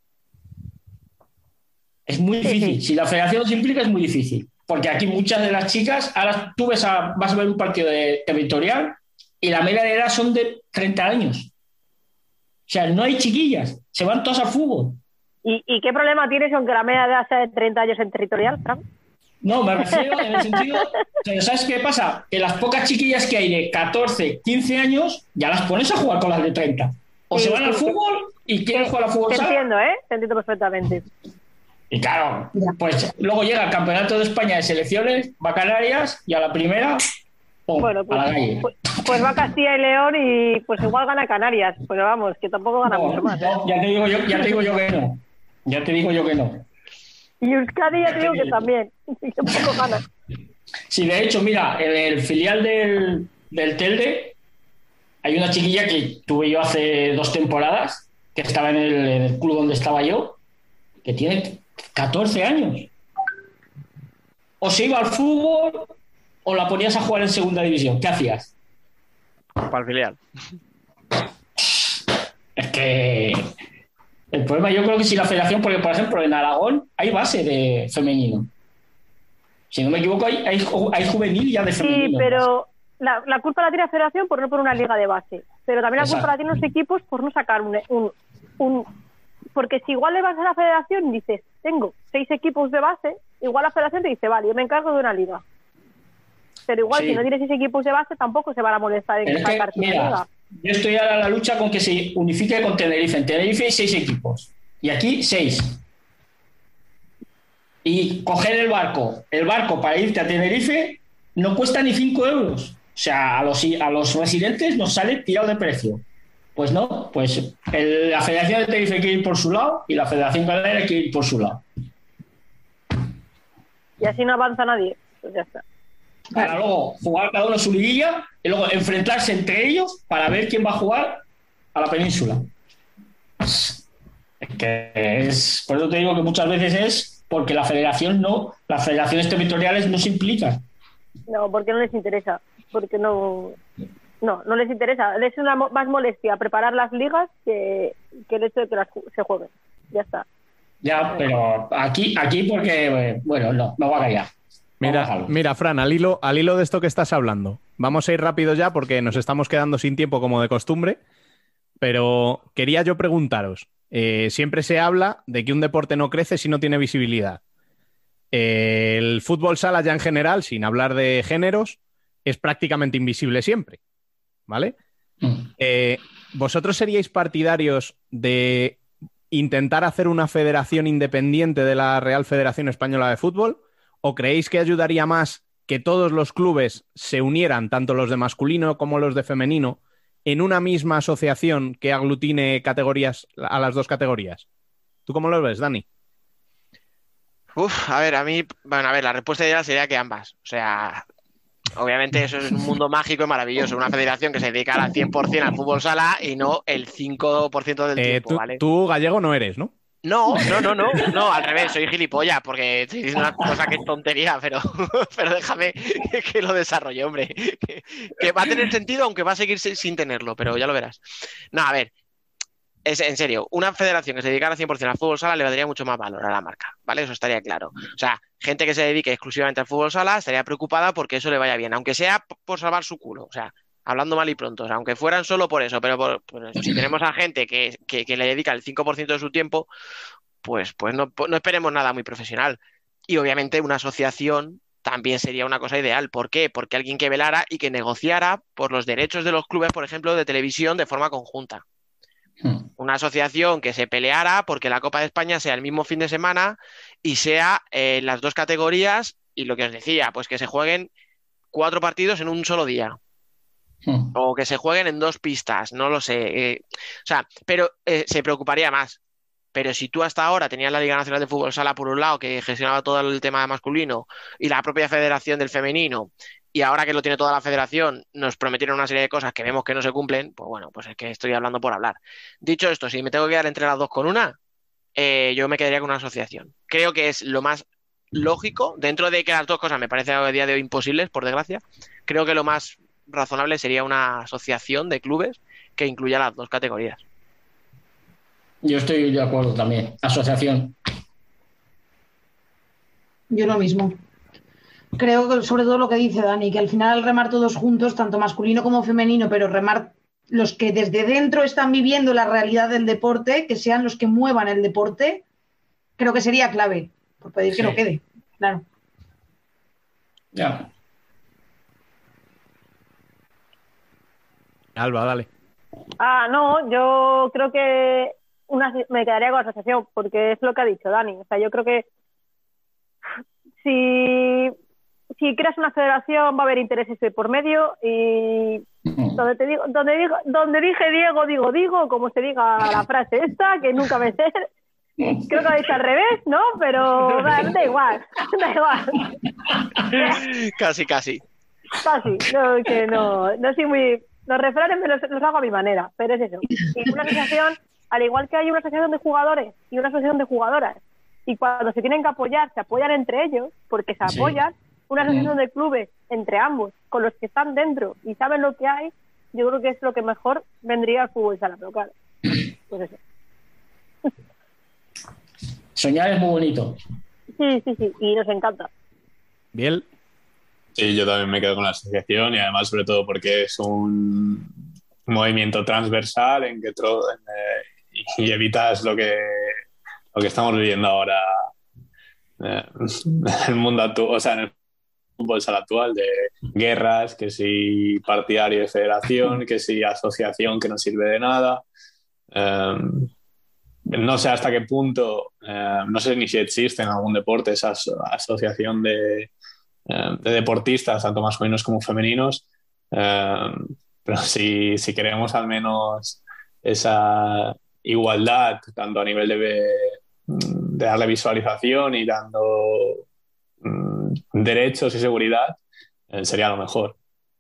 es muy difícil. Si la federación se implica, es muy difícil. Porque aquí muchas de las chicas, ahora tú vas a ver un partido de territorial y la media de edad son de 30 años. O sea, no hay chiquillas, se van todas al fútbol. ¿Y qué problema tienes con que la media de edad sea de 30 años en territorial, Fran? No, me refiero en el sentido... ¿Sabes qué pasa? Que las pocas chiquillas que hay de 14, 15 años, ya las pones a jugar con las de 30. O se van al fútbol y quieren jugar al fútbol. Te entiendo, Te entiendo perfectamente. Y claro, pues luego llega el Campeonato de España de Selecciones, va a Canarias y a la primera... Bueno, pues, a la calle. Pues va Castilla y León y pues igual gana Canarias, pero vamos, que tampoco gana mucho más. Ya te digo yo que no. Ya te digo yo que no. Y Euskadi ya te digo que también. Que poco gana. Sí, de hecho, mira, en el filial del Telde hay una chiquilla que tuve yo hace 2 temporadas, que estaba en el club donde estaba yo, que tiene 14 años. O se iba al fútbol o la ponías a jugar en segunda división. ¿Qué hacías? Para el filial. Es que el problema, yo creo que si la federación, porque por ejemplo en Aragón hay base de femenino. Si no me equivoco, hay juvenil ya de femenino. Sí, pero la culpa la tiene la federación por no poner una liga de base. Pero también la culpa la tienen los equipos por no sacar un... Porque si igual le vas a la federación y dices, tengo 6 equipos de base, igual la federación te dice, vale, yo me encargo de una liga. Pero igual si no tienes 6 equipos de base, tampoco se van a molestar en sacar tu liga. Yo estoy ahora en la lucha con que se unifique con Tenerife. En Tenerife hay 6 equipos. Y aquí 6. Y coger el barco para irte a Tenerife no cuesta ni 5 euros. O sea, a los residentes nos sale tirado de precio. Pues no, pues la Federación de Tenerife quiere ir por su lado y la Federación Canaria quiere ir por su lado. Y así no avanza nadie. Pues ya está. Para luego jugar cada uno su liguilla y luego enfrentarse entre ellos para ver quién va a jugar a la península. Es que por eso te digo que muchas veces es porque las federaciones territoriales no se implican. No, porque no les interesa. Porque no les interesa. Es una más molestia preparar las ligas que el hecho de que se jueguen. Ya está. Ya, pero aquí porque, bueno, no, me voy a callar. Mira, Fran, al hilo de esto que estás hablando, vamos a ir rápido ya porque nos estamos quedando sin tiempo como de costumbre, pero quería yo preguntaros, siempre se habla de que un deporte no crece si no tiene visibilidad. El fútbol sala ya en general, sin hablar de géneros, es prácticamente invisible siempre, ¿vale? ¿Vosotros seríais partidarios de intentar hacer una federación independiente de la Real Federación Española de Fútbol? ¿O creéis que ayudaría más que todos los clubes se unieran, tanto los de masculino como los de femenino, en una misma asociación que aglutine categorías a las dos categorías? ¿Tú cómo lo ves, Dani? A ver, la respuesta ideal sería que ambas. O sea, obviamente eso es un mundo mágico y maravilloso. Una federación que se dedicara al 100% al fútbol sala y no el 5% del tiempo, ¿vale? Tú gallego no eres, ¿no? No, al revés, soy gilipollas, porque estoy diciendo una cosa que es tontería, pero déjame que lo desarrolle, hombre. Que va a tener sentido, aunque va a seguir sin tenerlo, pero ya lo verás. No, a ver, en serio, una federación que se dedicara 100% al fútbol sala le daría mucho más valor a la marca, ¿vale? Eso estaría claro. O sea, gente que se dedique exclusivamente al fútbol sala estaría preocupada porque eso le vaya bien, aunque sea por salvar su culo, o sea, hablando mal y pronto, o sea, aunque fueran solo por eso, pero si tenemos a gente que le dedica el 5% de su tiempo, pues no esperemos nada muy profesional. Y obviamente una asociación también sería una cosa ideal. ¿Por qué? Porque alguien que velara y que negociara por los derechos de los clubes, por ejemplo, de televisión de forma conjunta. Una asociación que se peleara porque la Copa de España sea el mismo fin de semana y sea las dos categorías, y lo que os decía, pues que se jueguen 4 partidos en un solo día. O que se jueguen en 2 pistas, no lo sé. Pero se preocuparía más. Pero si tú hasta ahora tenías la Liga Nacional de Fútbol Sala por un lado, que gestionaba todo el tema masculino, y la propia Federación del Femenino, y ahora que lo tiene toda la federación, nos prometieron una serie de cosas que vemos que no se cumplen, pues bueno, pues es que estoy hablando por hablar. Dicho esto, si me tengo que quedar entre las dos con una, yo me quedaría con una asociación. Creo que es lo más lógico, dentro de que las dos cosas me parecen a día de hoy imposibles, por desgracia. Creo que lo más razonable sería una asociación de clubes que incluya las dos categorías. Yo estoy de acuerdo también. Asociación. Yo lo mismo. Creo que sobre todo lo que dice Dani, que al final remar todos juntos, tanto masculino como femenino, pero remar los que desde dentro están viviendo la realidad del deporte, que sean los que muevan el deporte, creo que sería clave, por pedir que no quede, claro. Ya. Alba, dale. No, yo creo que me quedaría con la asociación, porque es lo que ha dicho Dani. O sea, yo creo que si creas una federación va a haber intereses de por medio, y donde dije Diego, digo, como se diga la frase esta, que nunca me sé. Creo que lo he dicho al revés, ¿no? Pero da igual. Casi. Casi. No, que no soy muy... Los refranes los hago a mi manera, pero es eso. Y una asociación, al igual que hay una asociación de jugadores y una asociación de jugadoras, y cuando se tienen que apoyar, se apoyan entre ellos, porque se apoyan, una asociación de clubes entre ambos, con los que están dentro y saben lo que hay, yo creo que es lo que mejor vendría al fútbol sala, pero claro, pues eso. Soñar es muy bonito. Sí, y nos encanta. Bien. Sí, yo también me quedo con la asociación, y además sobre todo porque es un movimiento transversal en que y evitas lo que estamos viviendo ahora en el mundo actual, o sea, en el fútbol sala actual, de guerras, que si partidario de federación, que si asociación que no sirve de nada. No sé hasta qué punto, no sé ni si existe en algún deporte esa asociación de deportistas, tanto masculinos como femeninos, pero si queremos al menos esa igualdad, tanto a nivel de darle visualización y dando derechos y seguridad, sería lo mejor.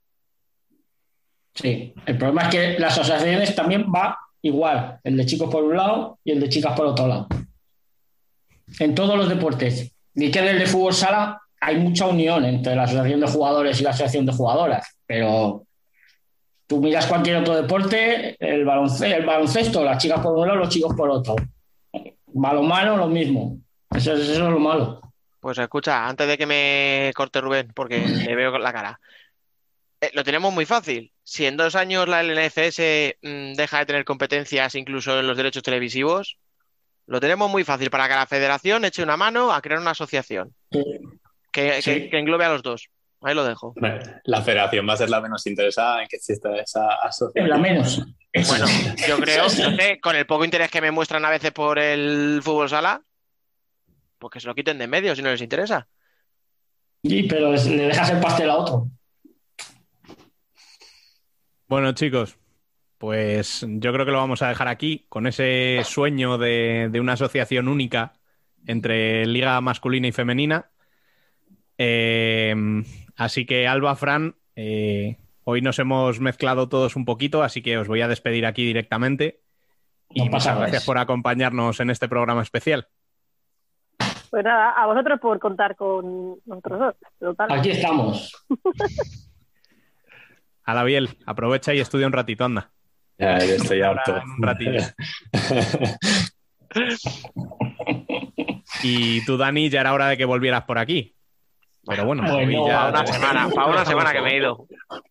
Sí, el problema es que las asociaciones también va igual, el de chicos por un lado y el de chicas por otro lado. En todos los deportes, ni que en el de fútbol sala hay mucha unión entre la asociación de jugadores y la asociación de jugadoras, pero tú miras cualquier otro deporte, el baloncesto, las chicas por un lado, los chicos por otro. Balonmano, lo mismo. Eso es lo malo. Pues escucha, antes de que me corte Rubén, porque le veo la cara, lo tenemos muy fácil. Si en 2 años la LNFS deja de tener competencias incluso en los derechos televisivos, lo tenemos muy fácil para que la federación eche una mano a crear una asociación que englobe a los dos. Ahí lo dejo. La federación va a ser la menos interesada en que exista esa asociación. La menos. Bueno, yo creo, no sé, con el poco interés que me muestran a veces por el fútbol sala, pues que se lo quiten de en medio si no les interesa. Sí, pero le dejas el pastel a otro. Bueno, chicos, pues yo creo que lo vamos a dejar aquí con ese sueño de una asociación única entre liga masculina y femenina. Así que Alba, Fran, hoy nos hemos mezclado todos un poquito, así que os voy a despedir aquí directamente. Y muchas gracias por acompañarnos en este programa especial. Pues nada, a vosotros por contar con nosotros dos. Total. Aquí estamos. Hala, Biel, aprovecha y estudia un ratito, anda. Ya, yo estoy harto. Un ratillo. Y tú, Dani, ya era hora de que volvieras por aquí. Pero bueno, ya para una semana que me he ido.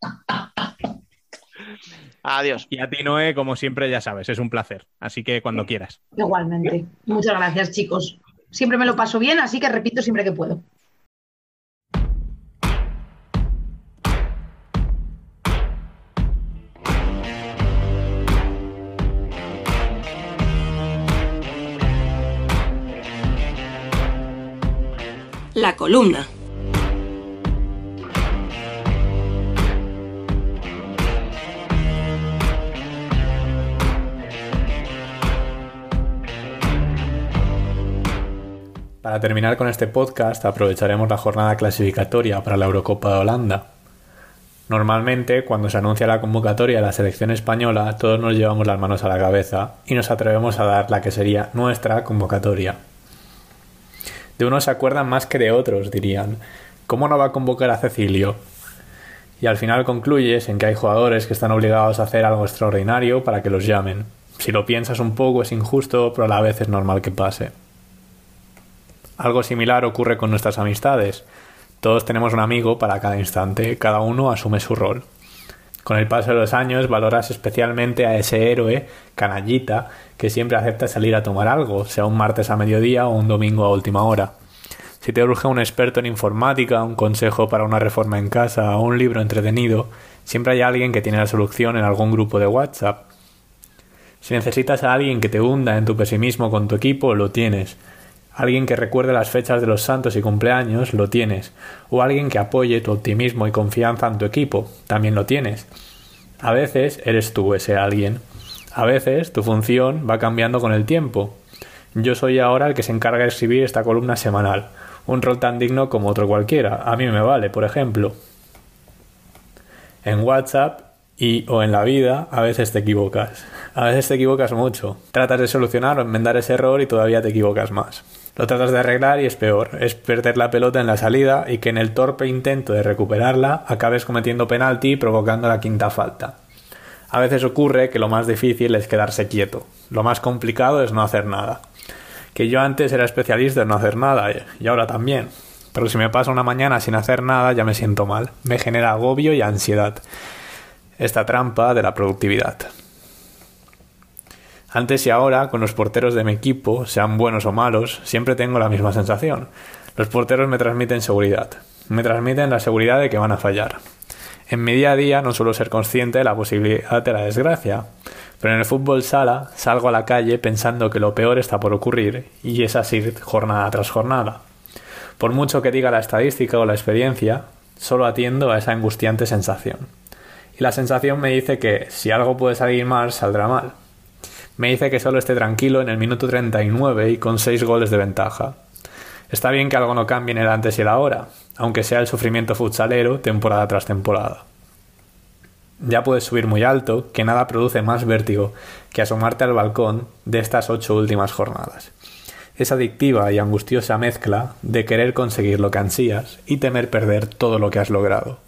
Adiós. Y a ti, Noé, como siempre, ya sabes, es un placer. Así que cuando quieras. Igualmente. Muchas gracias, chicos. Siempre me lo paso bien, así que repito siempre que puedo. La columna. Para terminar con este podcast, aprovecharemos la jornada clasificatoria para la Eurocopa de Holanda. Normalmente, cuando se anuncia la convocatoria de la selección española, todos nos llevamos las manos a la cabeza y nos atrevemos a dar la que sería nuestra convocatoria. De unos se acuerdan más que de otros, dirían. ¿Cómo no va a convocar a Cecilio? Y al final concluyes en que hay jugadores que están obligados a hacer algo extraordinario para que los llamen. Si lo piensas un poco es injusto, pero a la vez es normal que pase. Algo similar ocurre con nuestras amistades. Todos tenemos un amigo para cada instante, cada uno asume su rol. Con el paso de los años valoras especialmente a ese héroe, canallita, que siempre acepta salir a tomar algo, sea un martes a mediodía o un domingo a última hora. Si te urge un experto en informática, un consejo para una reforma en casa o un libro entretenido, siempre hay alguien que tiene la solución en algún grupo de WhatsApp. Si necesitas a alguien que te hunda en tu pesimismo con tu equipo, lo tienes. Alguien que recuerde las fechas de los santos y cumpleaños, lo tienes. O alguien que apoye tu optimismo y confianza en tu equipo, también lo tienes. A veces eres tú ese alguien. A veces tu función va cambiando con el tiempo. Yo soy ahora el que se encarga de escribir esta columna semanal. Un rol tan digno como otro cualquiera. A mí me vale, por ejemplo. En WhatsApp o en la vida, a veces te equivocas. A veces te equivocas mucho. Tratas de solucionar o enmendar ese error y todavía te equivocas más. Lo tratas de arreglar y es peor. Es perder la pelota en la salida y que en el torpe intento de recuperarla acabes cometiendo penalti y provocando la quinta falta. A veces ocurre que lo más difícil es quedarse quieto. Lo más complicado es no hacer nada. Que yo antes era especialista en no hacer nada y ahora también. Pero si me paso una mañana sin hacer nada ya me siento mal. Me genera agobio y ansiedad. Esta trampa de la productividad. Antes y ahora, con los porteros de mi equipo, sean buenos o malos, siempre tengo la misma sensación. Los porteros me transmiten seguridad. Me transmiten la seguridad de que van a fallar. En mi día a día no suelo ser consciente de la posibilidad de la desgracia, pero en el fútbol sala salgo a la calle pensando que lo peor está por ocurrir y es así jornada tras jornada. Por mucho que diga la estadística o la experiencia, solo atiendo a esa angustiante sensación. Y la sensación me dice que si algo puede salir mal, saldrá mal. Me dice que solo esté tranquilo en el minuto 39 y con 6 goles de ventaja. Está bien que algo no cambie en el antes y el ahora, aunque sea el sufrimiento futsalero temporada tras temporada. Ya puedes subir muy alto, que nada produce más vértigo que asomarte al balcón de estas 8 últimas jornadas. Esa adictiva y angustiosa mezcla de querer conseguir lo que ansías y temer perder todo lo que has logrado.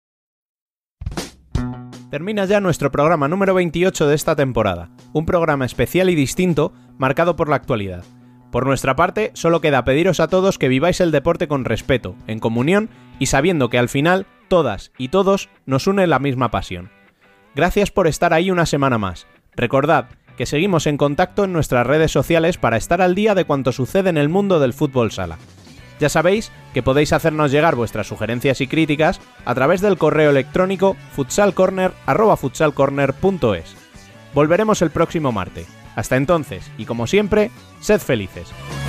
Termina ya nuestro programa número 28 de esta temporada, un programa especial y distinto marcado por la actualidad. Por nuestra parte, solo queda pediros a todos que viváis el deporte con respeto, en comunión y sabiendo que al final, todas y todos nos une la misma pasión. Gracias por estar ahí una semana más. Recordad que seguimos en contacto en nuestras redes sociales para estar al día de cuanto sucede en el mundo del fútbol sala. Ya sabéis que podéis hacernos llegar vuestras sugerencias y críticas a través del correo electrónico futsalcorner@futsalcorner.es. Volveremos el próximo martes. Hasta entonces, y como siempre, sed felices.